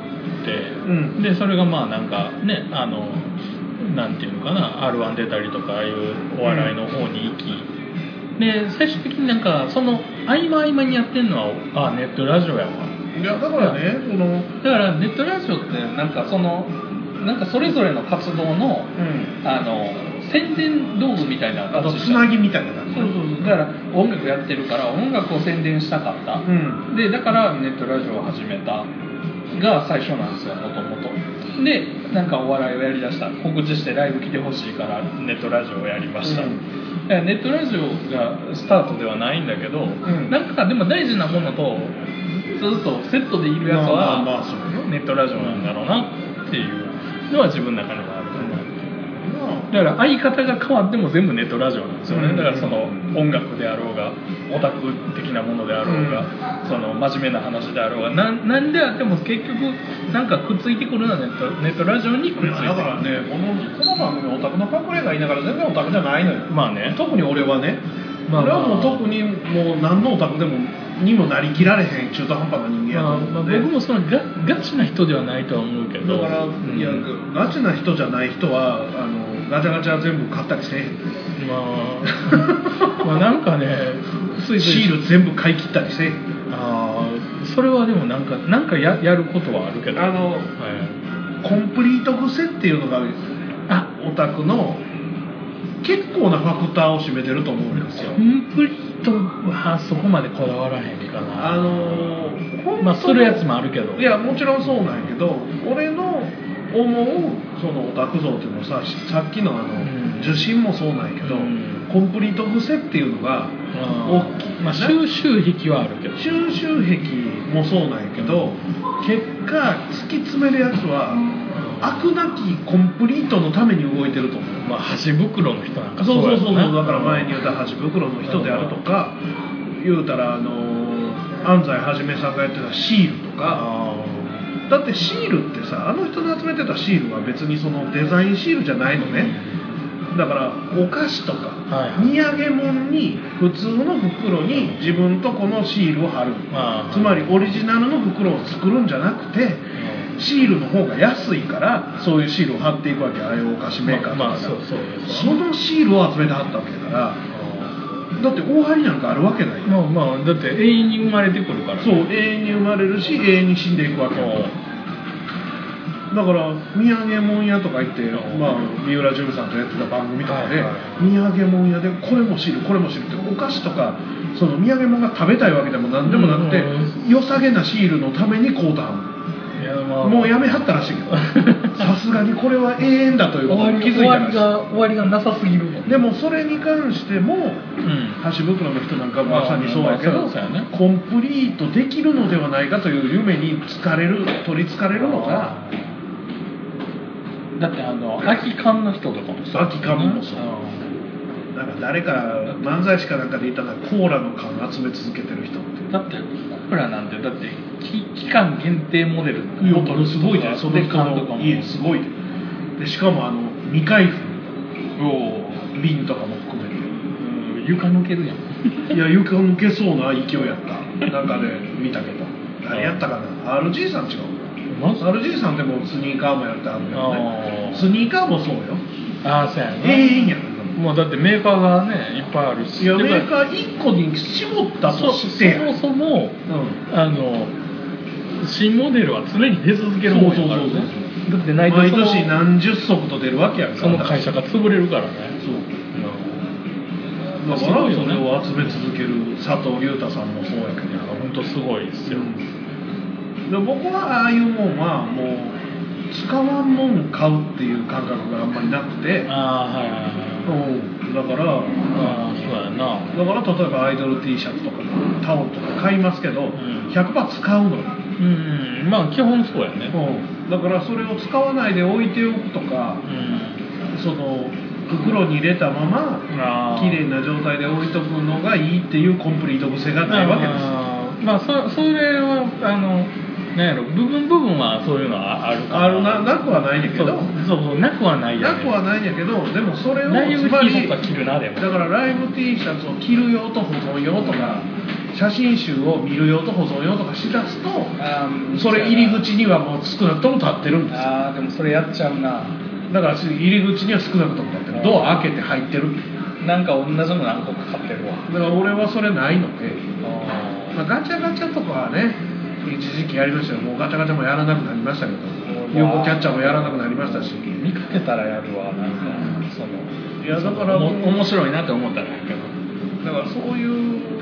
でそれがなんかね、なんていうのかな、R1 出たりとかああいうお笑いの方に行き、で最終的になんかその合間にやってんのはネットラジオやわ。 いやだからね、 だからネットラジオってなんかそれぞれの活動の、宣伝道具みたいな形、つなぎみたいな感じ。 そうだから音楽やってるから音楽を宣伝したかった、でだからネットラジオを始めたが最初なんですよ、もともと。 でなんかお笑いをやりだした、告知してライブ来てほしいからネットラジオをやりました、ネットラジオがスタートではないんだけど、なんかでも大事なものとずっとセットでいるやつはネットラジオなんだろうなっていうのは自分の中にはあるかな。だから相方が変わっても全部ネットラジオなんですよね。だからその音楽であろうがオタク的なものであろうが、その真面目な話であろうが何であっても結局なんかくっついてくるのはネットラジオにくっついてくる。 だからね、この番組オタクの隠れ家言いながら全然オタクじゃないのよ。 まあね、 特に俺はね、俺はもう特にもう何のオタクでもにもなりきられへん中途半端な人間やと思って、 僕もそのガチな人ではないとは思うけど、 だから、いやガチな人じゃない人はガチャガチャ全部買ったりせえへん。 まあなんかね、 シール全部買い切ったりせえへん。 それはでもなんかやることはあるけど、 コンプリート癖っていうのがオタクの結構なファクターを占めてると思うんですよ。 コンプリートはそこまでこだわらへんかな。まあするやつもあるけど、 いやもちろんそうなんやけど、俺の思うそのオタク像っていうのはさっきの受信もそうなんやけど、コンプリート癖っていうのが大きい。 収集癖はあるけど、 収集癖もそうなんやけど、結果突き詰めるやつは悪なきコンプリートのために動いてると思う。 箸袋の人なんかそうだから前に言った箸袋の人であるとか、言うたら安西はじめさんがやってたシールとか、だってシールってさ、あの人の集めてたシールは別にそのデザインシールじゃないのね。だからお菓子とか土産物に普通の袋に自分とこのシールを貼る、つまりオリジナルの袋を作るんじゃなくて、シールの方が安いからそういうシールを貼っていくわけ。ああいうお菓子メーカーとかが、そのシールを集めてはったわけだから、だって大張りなんかあるわけないよ。 だって永遠に生まれてくるから、ね、 そう永遠に生まれるし永遠に死んでいくわけだから土産物屋とか行って、三浦淳さんとやってた番組とかで、土産物屋でこれもシールこれもシールってお菓子とかその土産物が食べたいわけでも何でもなくて、良さげなシールのために買うたん。もうやめはったらしいけどさすがにこれは永遠だということに気づいたらしい。 終わりがなさすぎるもん。 でもそれに関しても、箸袋の人なんかまさにそうやけど、コンプリートできるのではないかという夢に取りつかれるのが、 だって空き缶の人とかもそう、 空き缶もそう、なんか誰か漫才師かなんかでいたらコーラの缶集め続けてる人って、 だってコーラなんてだって期間限定モデルを取るすごいじゃん。その缶とかもすごいで、しかも未開封瓶とかも含めて、 床抜けるやん。 いや床抜けそうな勢いやった。なんかで見たけど、誰やったかな、 RG さん違う。RG さんでもスニーカーもやってあるんだよね。スニーカーもそうよ。 そうやね。 やん。 もうだってメーカーがねいっぱいあるし、 いやメーカー1個に絞ったとしてそもそも、新モデルは常に出続けるもんやからね。だって毎年何十足と出るわけやから、 その会社が潰れるからね。 そうだからそれを集め続ける佐藤隆太さんもそうやけど、 本当すごいですよ。 で僕はああいうもんはもう使わんもん買うっていう感覚があんまりなくて、だからそうやな。 だから例えばアイドル T シャツとかタオルとか買いますけど、100% 使うのよ。 基本そうやね。 だからそれを使わないで置いておくとか、その袋に入れたまま綺麗な状態で置いとくのがいいっていうコンプリート癖がないわけですよ。 それはなんやろ、部分はそういうのはあるかなくはないんやけど、 そうなくはないやね。 なくはないんやけど、でもそれをライブ T シャツは着るな。でもだからライブ T シャツを着る用と保存用とか、写真集を見る用と保存用とかしだすと、それ入り口にはもう少なくとも立ってるんですよ。 でもそれやっちゃうな。 だから入り口には少なくとも立ってる。ドア開けて入ってる。 なんか同じの何個か買ってるわ。 だから俺はそれないので、ガチャガチャとかはね一時期やりましたよ。もうガチャガチャもやらなくなりましたけど、UFO キャッチャーもやらなくなりましたし、 見かけたらやるわ。なんかいやだから面白いなって思ったらやけど、 だからそういう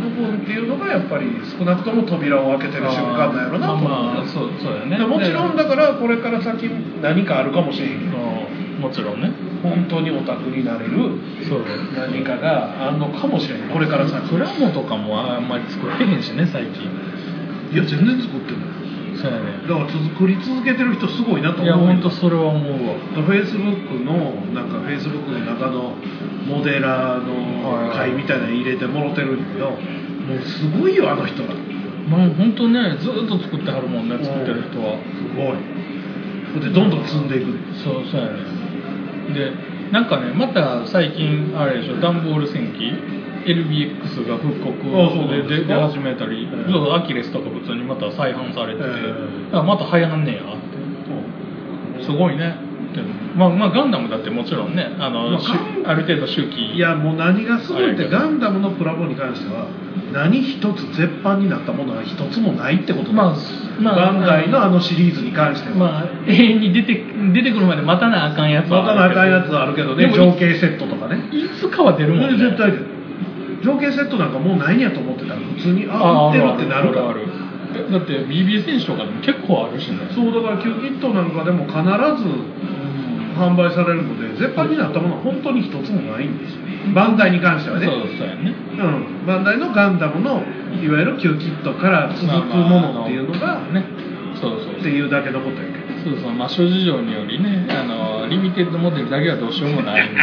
分っていうのがやっぱり少なくとも扉を開けてる瞬間なんやろなと思う。 まあそうだね。 もちろんだからこれから先何かあるかもしれへんけど、 もちろんね、 本当にオタクになれる何かがあるのかもしれない。これから先プラモとかもあんまり作れへんしね最近。 いや全然作ってない。 そうやね。 だから作り続けてる人すごいなと思う。 いや本当それは思うわ。 フェイスブックのなんかフェイスブックの中のモデラーの会みたいなの入れてもろてるんだけど、もうすごいよあの人ら。 まあ本当ねずっと作ってはるもんね、作ってる人は。 すごい。でどんどん積んでいく。 そうやね。でなんかねまた最近あれでしょ、ダンボール戦記 LBX が復刻で出始めたり、アキレスとか普通にまた再販されてて、また流行んねやってすごいね。まあガンダムだってもちろんねある程度周期。 いやもう何がすごいってガンダムのプラモに関しては何一つ絶版になったものは一つもないってことなんです。バンダイのシリーズに関しては永遠に出てくるまで待たなあかんやつはあるけどね。情景セットとかねいつかは出るもんね。 絶対出る。情景セットなんかもうないんやと思ってたら普通に売ってるってなるから。 だって BB 戦士とかでも結構あるしね。 そうだからキューキットなんかでも必ず販売されるので絶版になったものは本当に一つもないんですよ。バンダイに関してはね。 そうやね。 バンダイのガンダムのいわゆるキューキットから続くものっていうのがね。 っていうだけのことやけど。 まあ諸事情によりねリミテッドモデルだけはどうしようもないんで。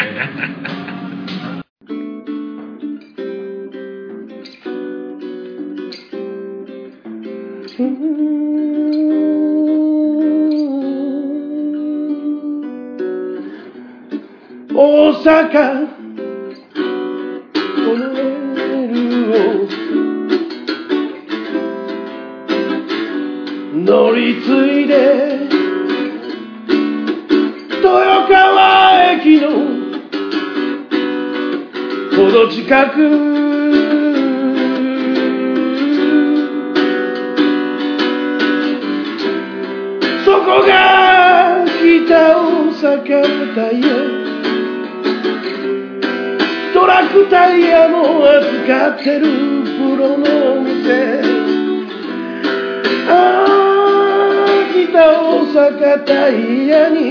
大阪モノレールを乗り継いで豊川駅のほど近くそこが北大阪タイヤトラックタイヤも扱ってるプロのお店。北大阪タイヤに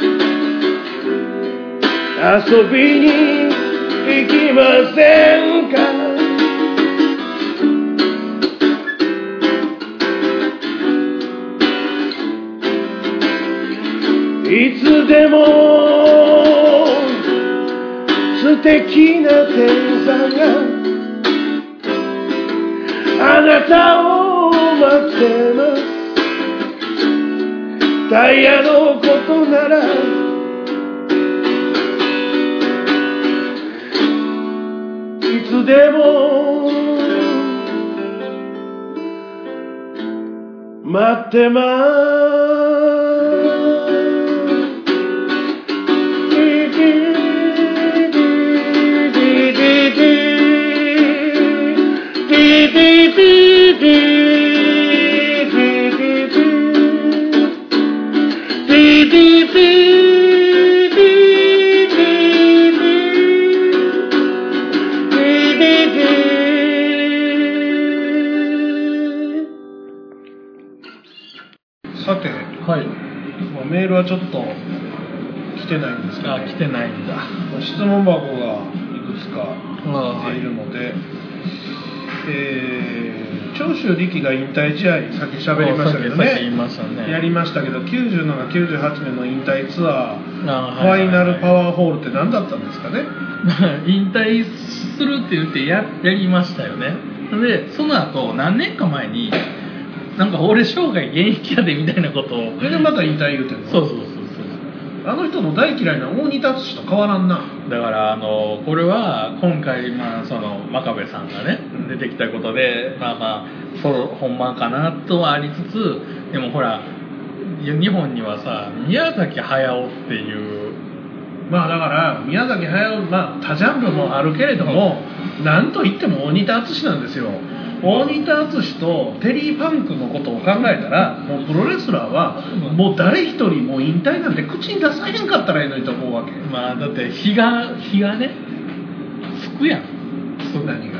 遊びに行きませんか。いつでも素敵な店さんがあなたを待ってます。タイヤのことならいつでも待ってます。さて、はい、メールはちょっと来てないんですけど、 来てないんだ。 質問箱がいくつか来ているので、長州力が引退試合さっき喋りましたけどね、やりましたけど97、98年の引退ツアー、ファイナルパワーホールって何だったんですかね。 引退するって言ってやりましたよね。でその後何年か前になんか俺生涯現役やでみたいなことを。 それでまた引退言うてるの。 そうあの人の大嫌いな大仁田敦と変わらんな。 だからこれは今回その真壁さんがね出てきたことでそうほんまかなとはありつつ、でもほら日本にはさ宮崎駿っていうだから宮崎駿他ジャンルもあるけれども、なんといっても大仁田敦なんですよ。大仁田敦とテリー・パンクのことを考えたらもうプロレスラーはもう誰一人もう引退なんて口に出さへんかったらいいのにと思うわけ。 だって日がねつくやん。 何が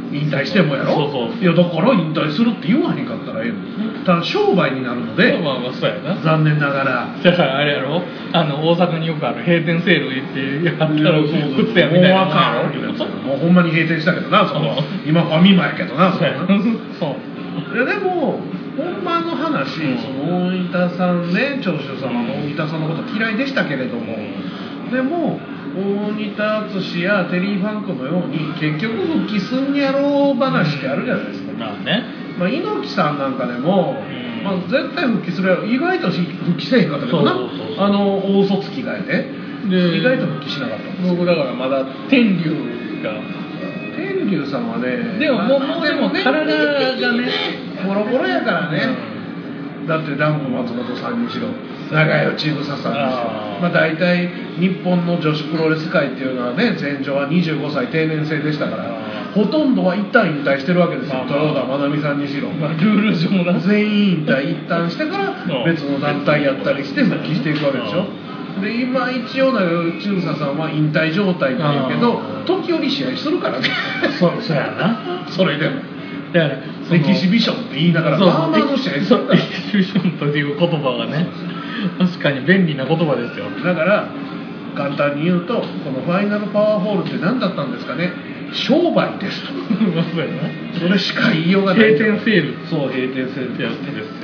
引退してもやろ。 そういやだから引退するって言わへんかったらええの。ただ商売になるので、 まあそうやな。 残念ながら。 だからあれやろ、大阪によくある閉店セール行ってやったら売ってやみたいな。 もうあかん。もうほんまに閉店したけどな、その今ファミマやけどな、それな。そう。いやでも本番の話、その大分さんね、長州様の大分さんのこと嫌いでしたけれども、でも大仁田敦やテリー・ファンクのように結局復帰すんやろう話ってあるじゃないですか。 まあね。 まあ猪木さんなんかでも、まあ、絶対復帰するやろ。意外と復帰せえへんかったけどな。大卒期がやで。意外と復帰しなかったんですよ。 僕だからまだ天竜が。 天竜さんはね、 でももうでも体がねボロボロやからね。だってダンボ松本さんにしろ長与千草さんにしろ、まあ、大体日本の女子プロレス界っていうのはね、前女は25歳定年制でしたから、ほとんどは一旦引退してるわけですよ。豊田真奈美さんにしろ、 まあ、ルール上な全員引退一旦してから別の団体やったりして復帰していくわけでしょ。で今一応長与千草さんは引退状態って言うけど、時折試合するからね。 そうやな。 それでもだからエキシビションって言いながらまあまあの試合するから。 エキシビションという言葉がね、確かに便利な言葉ですよ。 だから簡単に言うと、このファイナルパワーホールって何だったんですかね。商売ですと。それしか言いようがない。 閉店セール。 そう、閉店セールってやつですよ。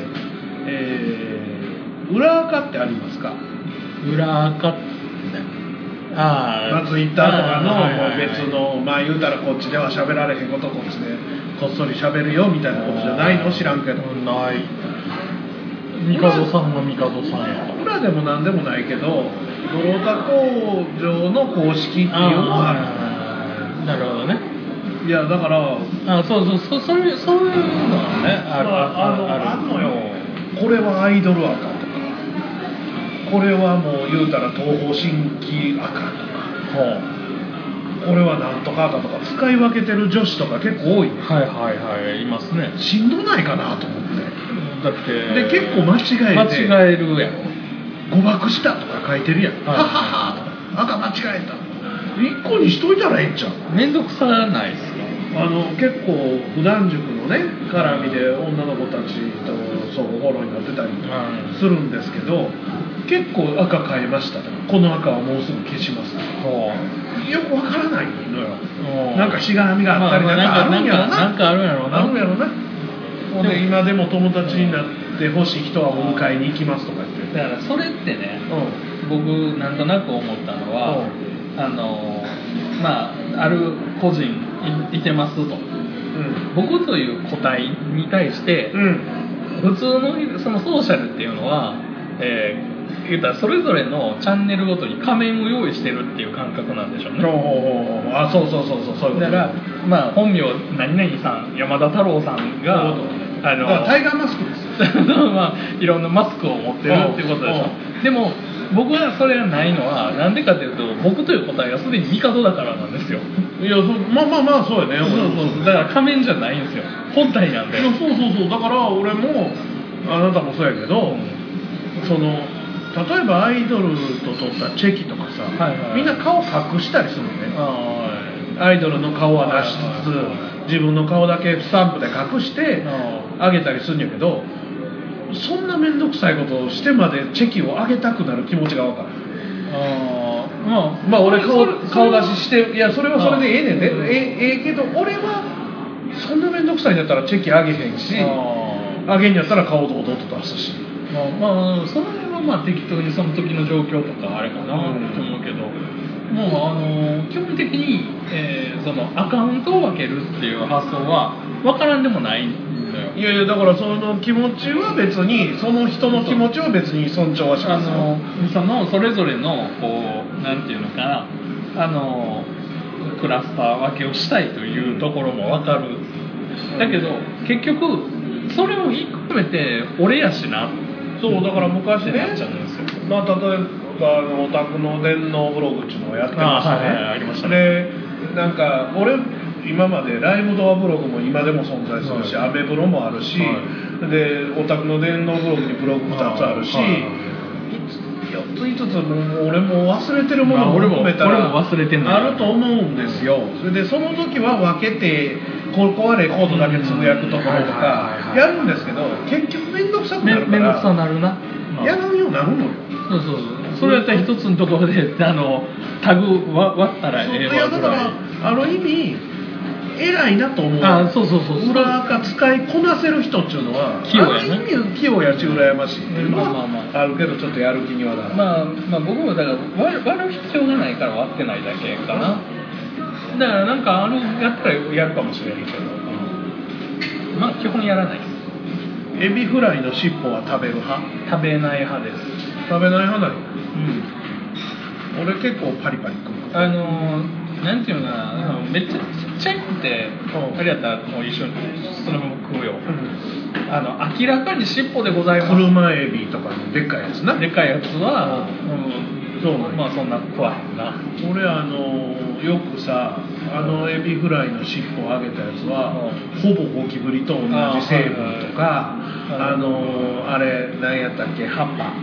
裏垢ってありますか。 裏垢ってツイッターとかの別の、まあ言うたらこっちでは喋られへんことこっちでこっそり喋るよみたいなことじゃないの。知らんけど。 ない。帝さんは帝さんや。 裏でもなんでもないけど、ドロータ工場の公式っていうのがある。 なるほどね。 いやだからそういうのはね、あるのよ。これはアイドル赤とか、これはもう言うたら東方神起赤とか、これはなんとか赤とか使い分けてる女子とか結構多い。 いますね。 しんどないかなと思って。 だってで結構間違えるやろ。 誤爆したとか書いてるやん。ははは赤間違えた。1個にしといたらええんちゃう。 めんどくさないっすか。 結構普段塾のね絡みで女の子たちとそうフォローになってたりするんですけど、結構赤変えましたとか、この赤はもうすぐ消しますとか、よくわからないのよ。なんかしがらみがあったりなんかあるんやろな。 なんかあるんやろな。 で今でも友達になってほしい人はお迎えに行きますとか言って。 だからそれってね、僕なんとなく思ったのは、まあある個人いてますと、僕という個体に対して、普通のそのソーシャルっていうのは、言ったらそれぞれのチャンネルごとに仮面を用意してるっていう感覚なんでしょうね。 そうそうだからまあ本名何々さん、山田太郎さんがタイガーマスクですまあいろんなマスクを持ってるっていうことでしょ。でも僕はそれがないのはなんでかというと、僕という個体がすでに帝だからなんですよ。 いやまあそうやね。 だから仮面じゃないんですよ、本体なんで。 そうだから俺もあなたもそうやけど、その例えばアイドルと撮ったチェキとかさ、みんな顔隠したりするのね。アイドルの顔は出しつつ自分の顔だけスタンプで隠してあげたりするんやけど、そんな面倒くさいことをしてまでチェキをあげたくなる気持ちが分かる。まあ俺顔出しして、いやそれはそれでええねんで、ええけど俺はそんな面倒くさいんやったらチェキあげへんし、あげんやったら顔堂々と出すし、 その辺はまあ適当にその時の状況とかあれかなと思うけど、もう基本的に、そのアカウントを分けるっていう発想は分からんでもないんだよ。 いやだからその気持ちは別に、その人の気持ちは別に尊重はしますよ。 それぞれのこうなんていうのかな、クラスター分けをしたいというところも分かる。だけど結局それもひっくるめて俺やしな。 そうだから昔ね、 なっちゃうんですよ。 まあ例えばオタクの電脳ブログっていうのをやってましたね。 ありましたね。 でなんか俺今までライブドアブログも今でも存在するし、アメブロもあるし、でオタクの電脳ブログにブログ2つあるし、4つ5つも俺も忘れてるものを含めたら俺も忘れてんのあると思うんですよ。それでその時は分けてここはレコードだけつぶやくところとかやるんですけど、結局面倒くさくなるから面倒くさなるな、 やらんようになるのよ。 そうそれやったら一つのところでタグ割ったらええわぐらい。 ある意味偉いなと思う。 そう裏垢使いこなせる人っていうのは器用やな、 器用やし羨ましいっていうのはあるけど、ちょっとやる気にはなる。 まあ僕もだから割る必要がないから割ってないだけかな。だからなんかやったらやるかもしれないけど、まあ基本やらない。 エビフライの尻尾は食べる派？ 食べない派です。 食べない派なの？俺結構パリパリ食う。 なんていうのかな、めっちゃちっちゃいくてあれやったらもう一緒にそのまま食うよ。明らかに尻尾でございます。 車エビとかのでっかいやつな。 でっかいやつは、 そうなんや。 まあそんな食わへんな。 俺よくさ、エビフライの尻尾を揚げたやつは、ほぼゴキブリと同じ成分とか、あれ何やったっけ、葉っぱ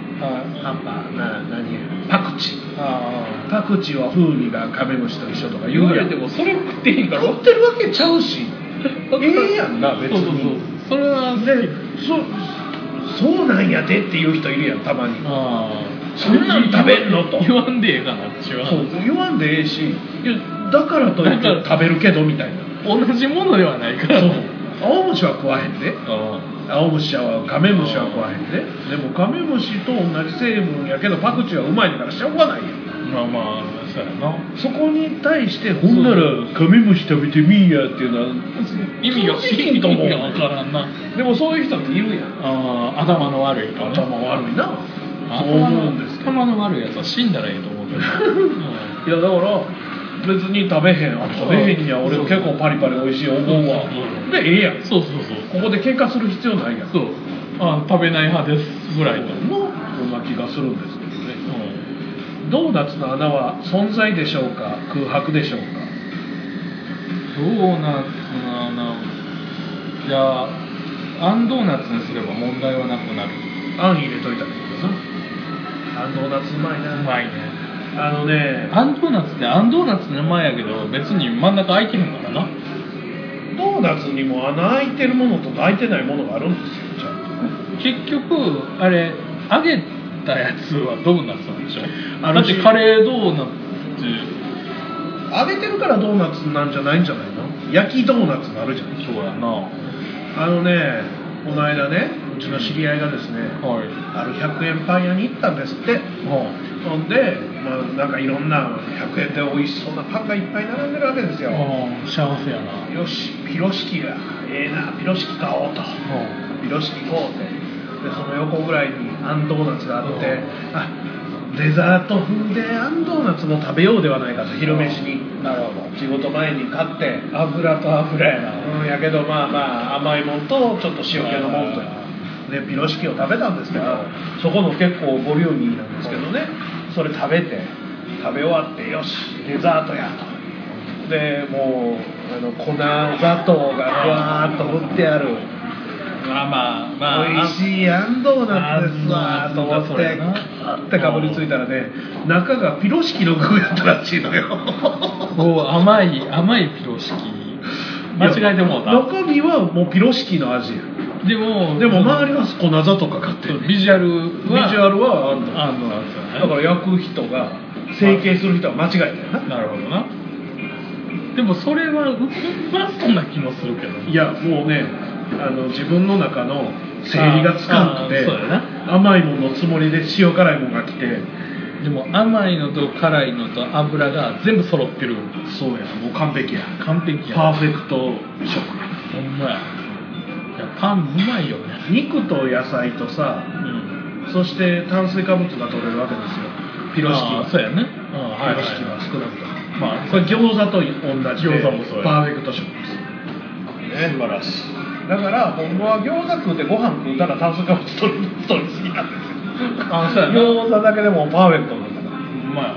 パクチー。パクチーは風味がカメムシと一緒とか言うやん。 でもそれ食ってへんから。 食ってるわけちゃうし。やんな別に。 それはでそうなんやでっていう人いるやん、たまに。そんなん食べんのと言わんでええかなって言わん。 そう言わんでええし、だからといって食べるけどみたいな。 同じものではないから。 そう青虫は食わへんで。青虫はカメムシは食わへんで。でもカメムシと同じ成分やけどパクチーはうまいからしょうがないやん。 まあそうやな。 そこに対してほんならカメムシ食べてみーやっていうのは意味が分からんな。 でもそういう人っているやん。 頭の悪い人、 頭悪いな。そう思うんですけど。 頭の悪いやつは死んだらいいと思うけど。 いやだから別に食べへんには俺結構パリパリ美味しい思うわ。でええやん。 そうここで喧嘩する必要ないやん。 そう食べない派ですぐらいのそんな気がするんですけどね。ドーナツの穴は存在でしょうか、空白でしょうか。 ドーナツの穴、じゃああんドーナツにすれば問題はなくなる。 あん入れといたらいいですよ。あんドーナツうまいな。 うまいね。 あんドーナツってあんドーナツの前やけど別に真ん中空いてへんからな。 ドーナツにも穴開いてるものと開いてないものがあるんですよ、ちゃんと。 結局あれ揚げたやつはドーナツなんでしょ。だってカレードーナツ揚げてるからドーナツなんじゃないんじゃないの。焼きドーナツがあるじゃん。 そうやな。 この間ね、うちの知り合いがですね、ある100円パン屋に行ったんですって。ほんで、なんかいろんな100円で美味しそうなパンがいっぱい並んでるわけですよ。 幸せやな。 よし、ピロシキがええな、ピロシキ買おうと。ピロシキ買おうって。でその横ぐらいにあんドーナツがあって、デザート風であんドーナツも食べようではないかと、昼飯に。 なるほど。 仕事前に買って油と油やな、やけどまあ甘いもんとちょっと塩気のもんとでピロシキを食べたんですけど、そこの結構ボリューミーなんですけどね、それ食べ終わって、よしデザートやと。でもう粉砂糖がふわーっと振ってある、美味しいあんドーナツですわと思ってガッてかぶりついたらね、中がピロシキの具やったらしいのよ。 甘いピロシキ間違えてもうた。 中身はもうピロシキの味や。でも周りは粉砂糖かかってる。 ビジュアルはあんドーナツだから焼く人が成形する人は間違いだよな。 なるほどな。でもそれはうまそうな気もするけど。 いやもうね、自分の中の整理がつかんくて、甘いもののつもりで塩辛いものが来て、 でも甘いのと辛いのと油が全部揃ってる。 そうや、もう完璧や。 完璧や。 パーフェクト食。 ほんまや。いやパンうまいよね。 肉と野菜とさ、そして炭水化物が取れるわけですよ。ピロシキは。 そうやね。 ピロシキは少なくとも。これ餃子と同じでパーフェクト食です。 素晴らしい。 だからほんまは餃子食うてご飯食うたら炭水化物取りすぎなんですよ。 そうやな。 餃子だけでもパーフェクトなんだから。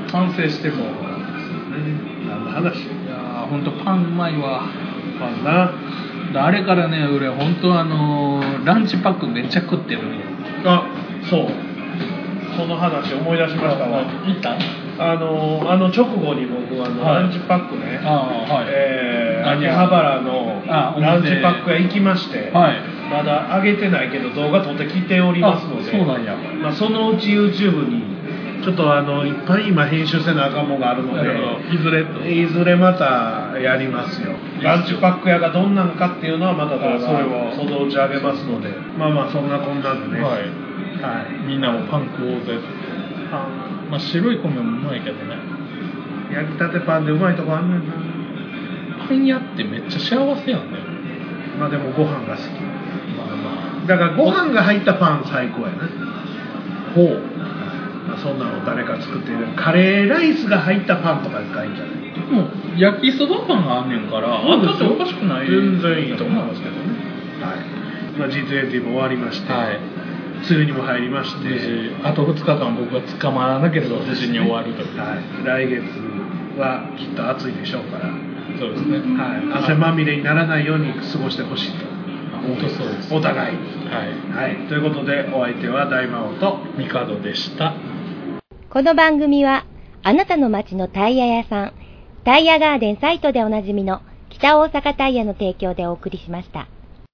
完成しても何の話。いや本当パンうまいわ。 パンな。 あれからね、俺本当ランチパックめっちゃ食ってる。 そう。その話思い出しましたわ。 行った？ 直後に僕ランチパックね、秋葉原のランチパック屋行きまして、 はい、 まだ上げてないけど動画撮ってきておりますので、 そうなんや、 そのうち YouTube にちょっといっぱい今編集せなあかんものがあるので、いずれまたやりますよ。ランチパック屋がどんなんかっていうのはまた動画そのうち上げますので、そんなこんなんでね、 はいはい、みんなもパン食おうぜ。白い米もうまいけどね、 焼きたてパンでうまいとこあんねんな。 パン屋ってめっちゃ幸せやんね。 でもご飯が好き、だからご飯が入ったパン最高やな。 ほう、 そんなの誰か作ってる。カレーライスが入ったパンとかがいいんじゃない。 でも焼きそばパンがあんねんから、あんたっておかしくない。 全然いいと思いますけどね。はい。G20 も終わりまして、はい、梅雨にも入りまして、 あと2日間僕は捕まらなければ無事に終わるという。 はい。来月はきっと暑いでしょうから。 そうですね。 はい。汗まみれにならないように過ごしてほしいと。 本当そうです。 お互いに。 はい。 はい。ということでお相手は大魔王とミカドでした。 この番組はあなたの街のタイヤ屋さん、タイヤガーデンサイトでおなじみの北大阪タイヤの提供でお送りしました。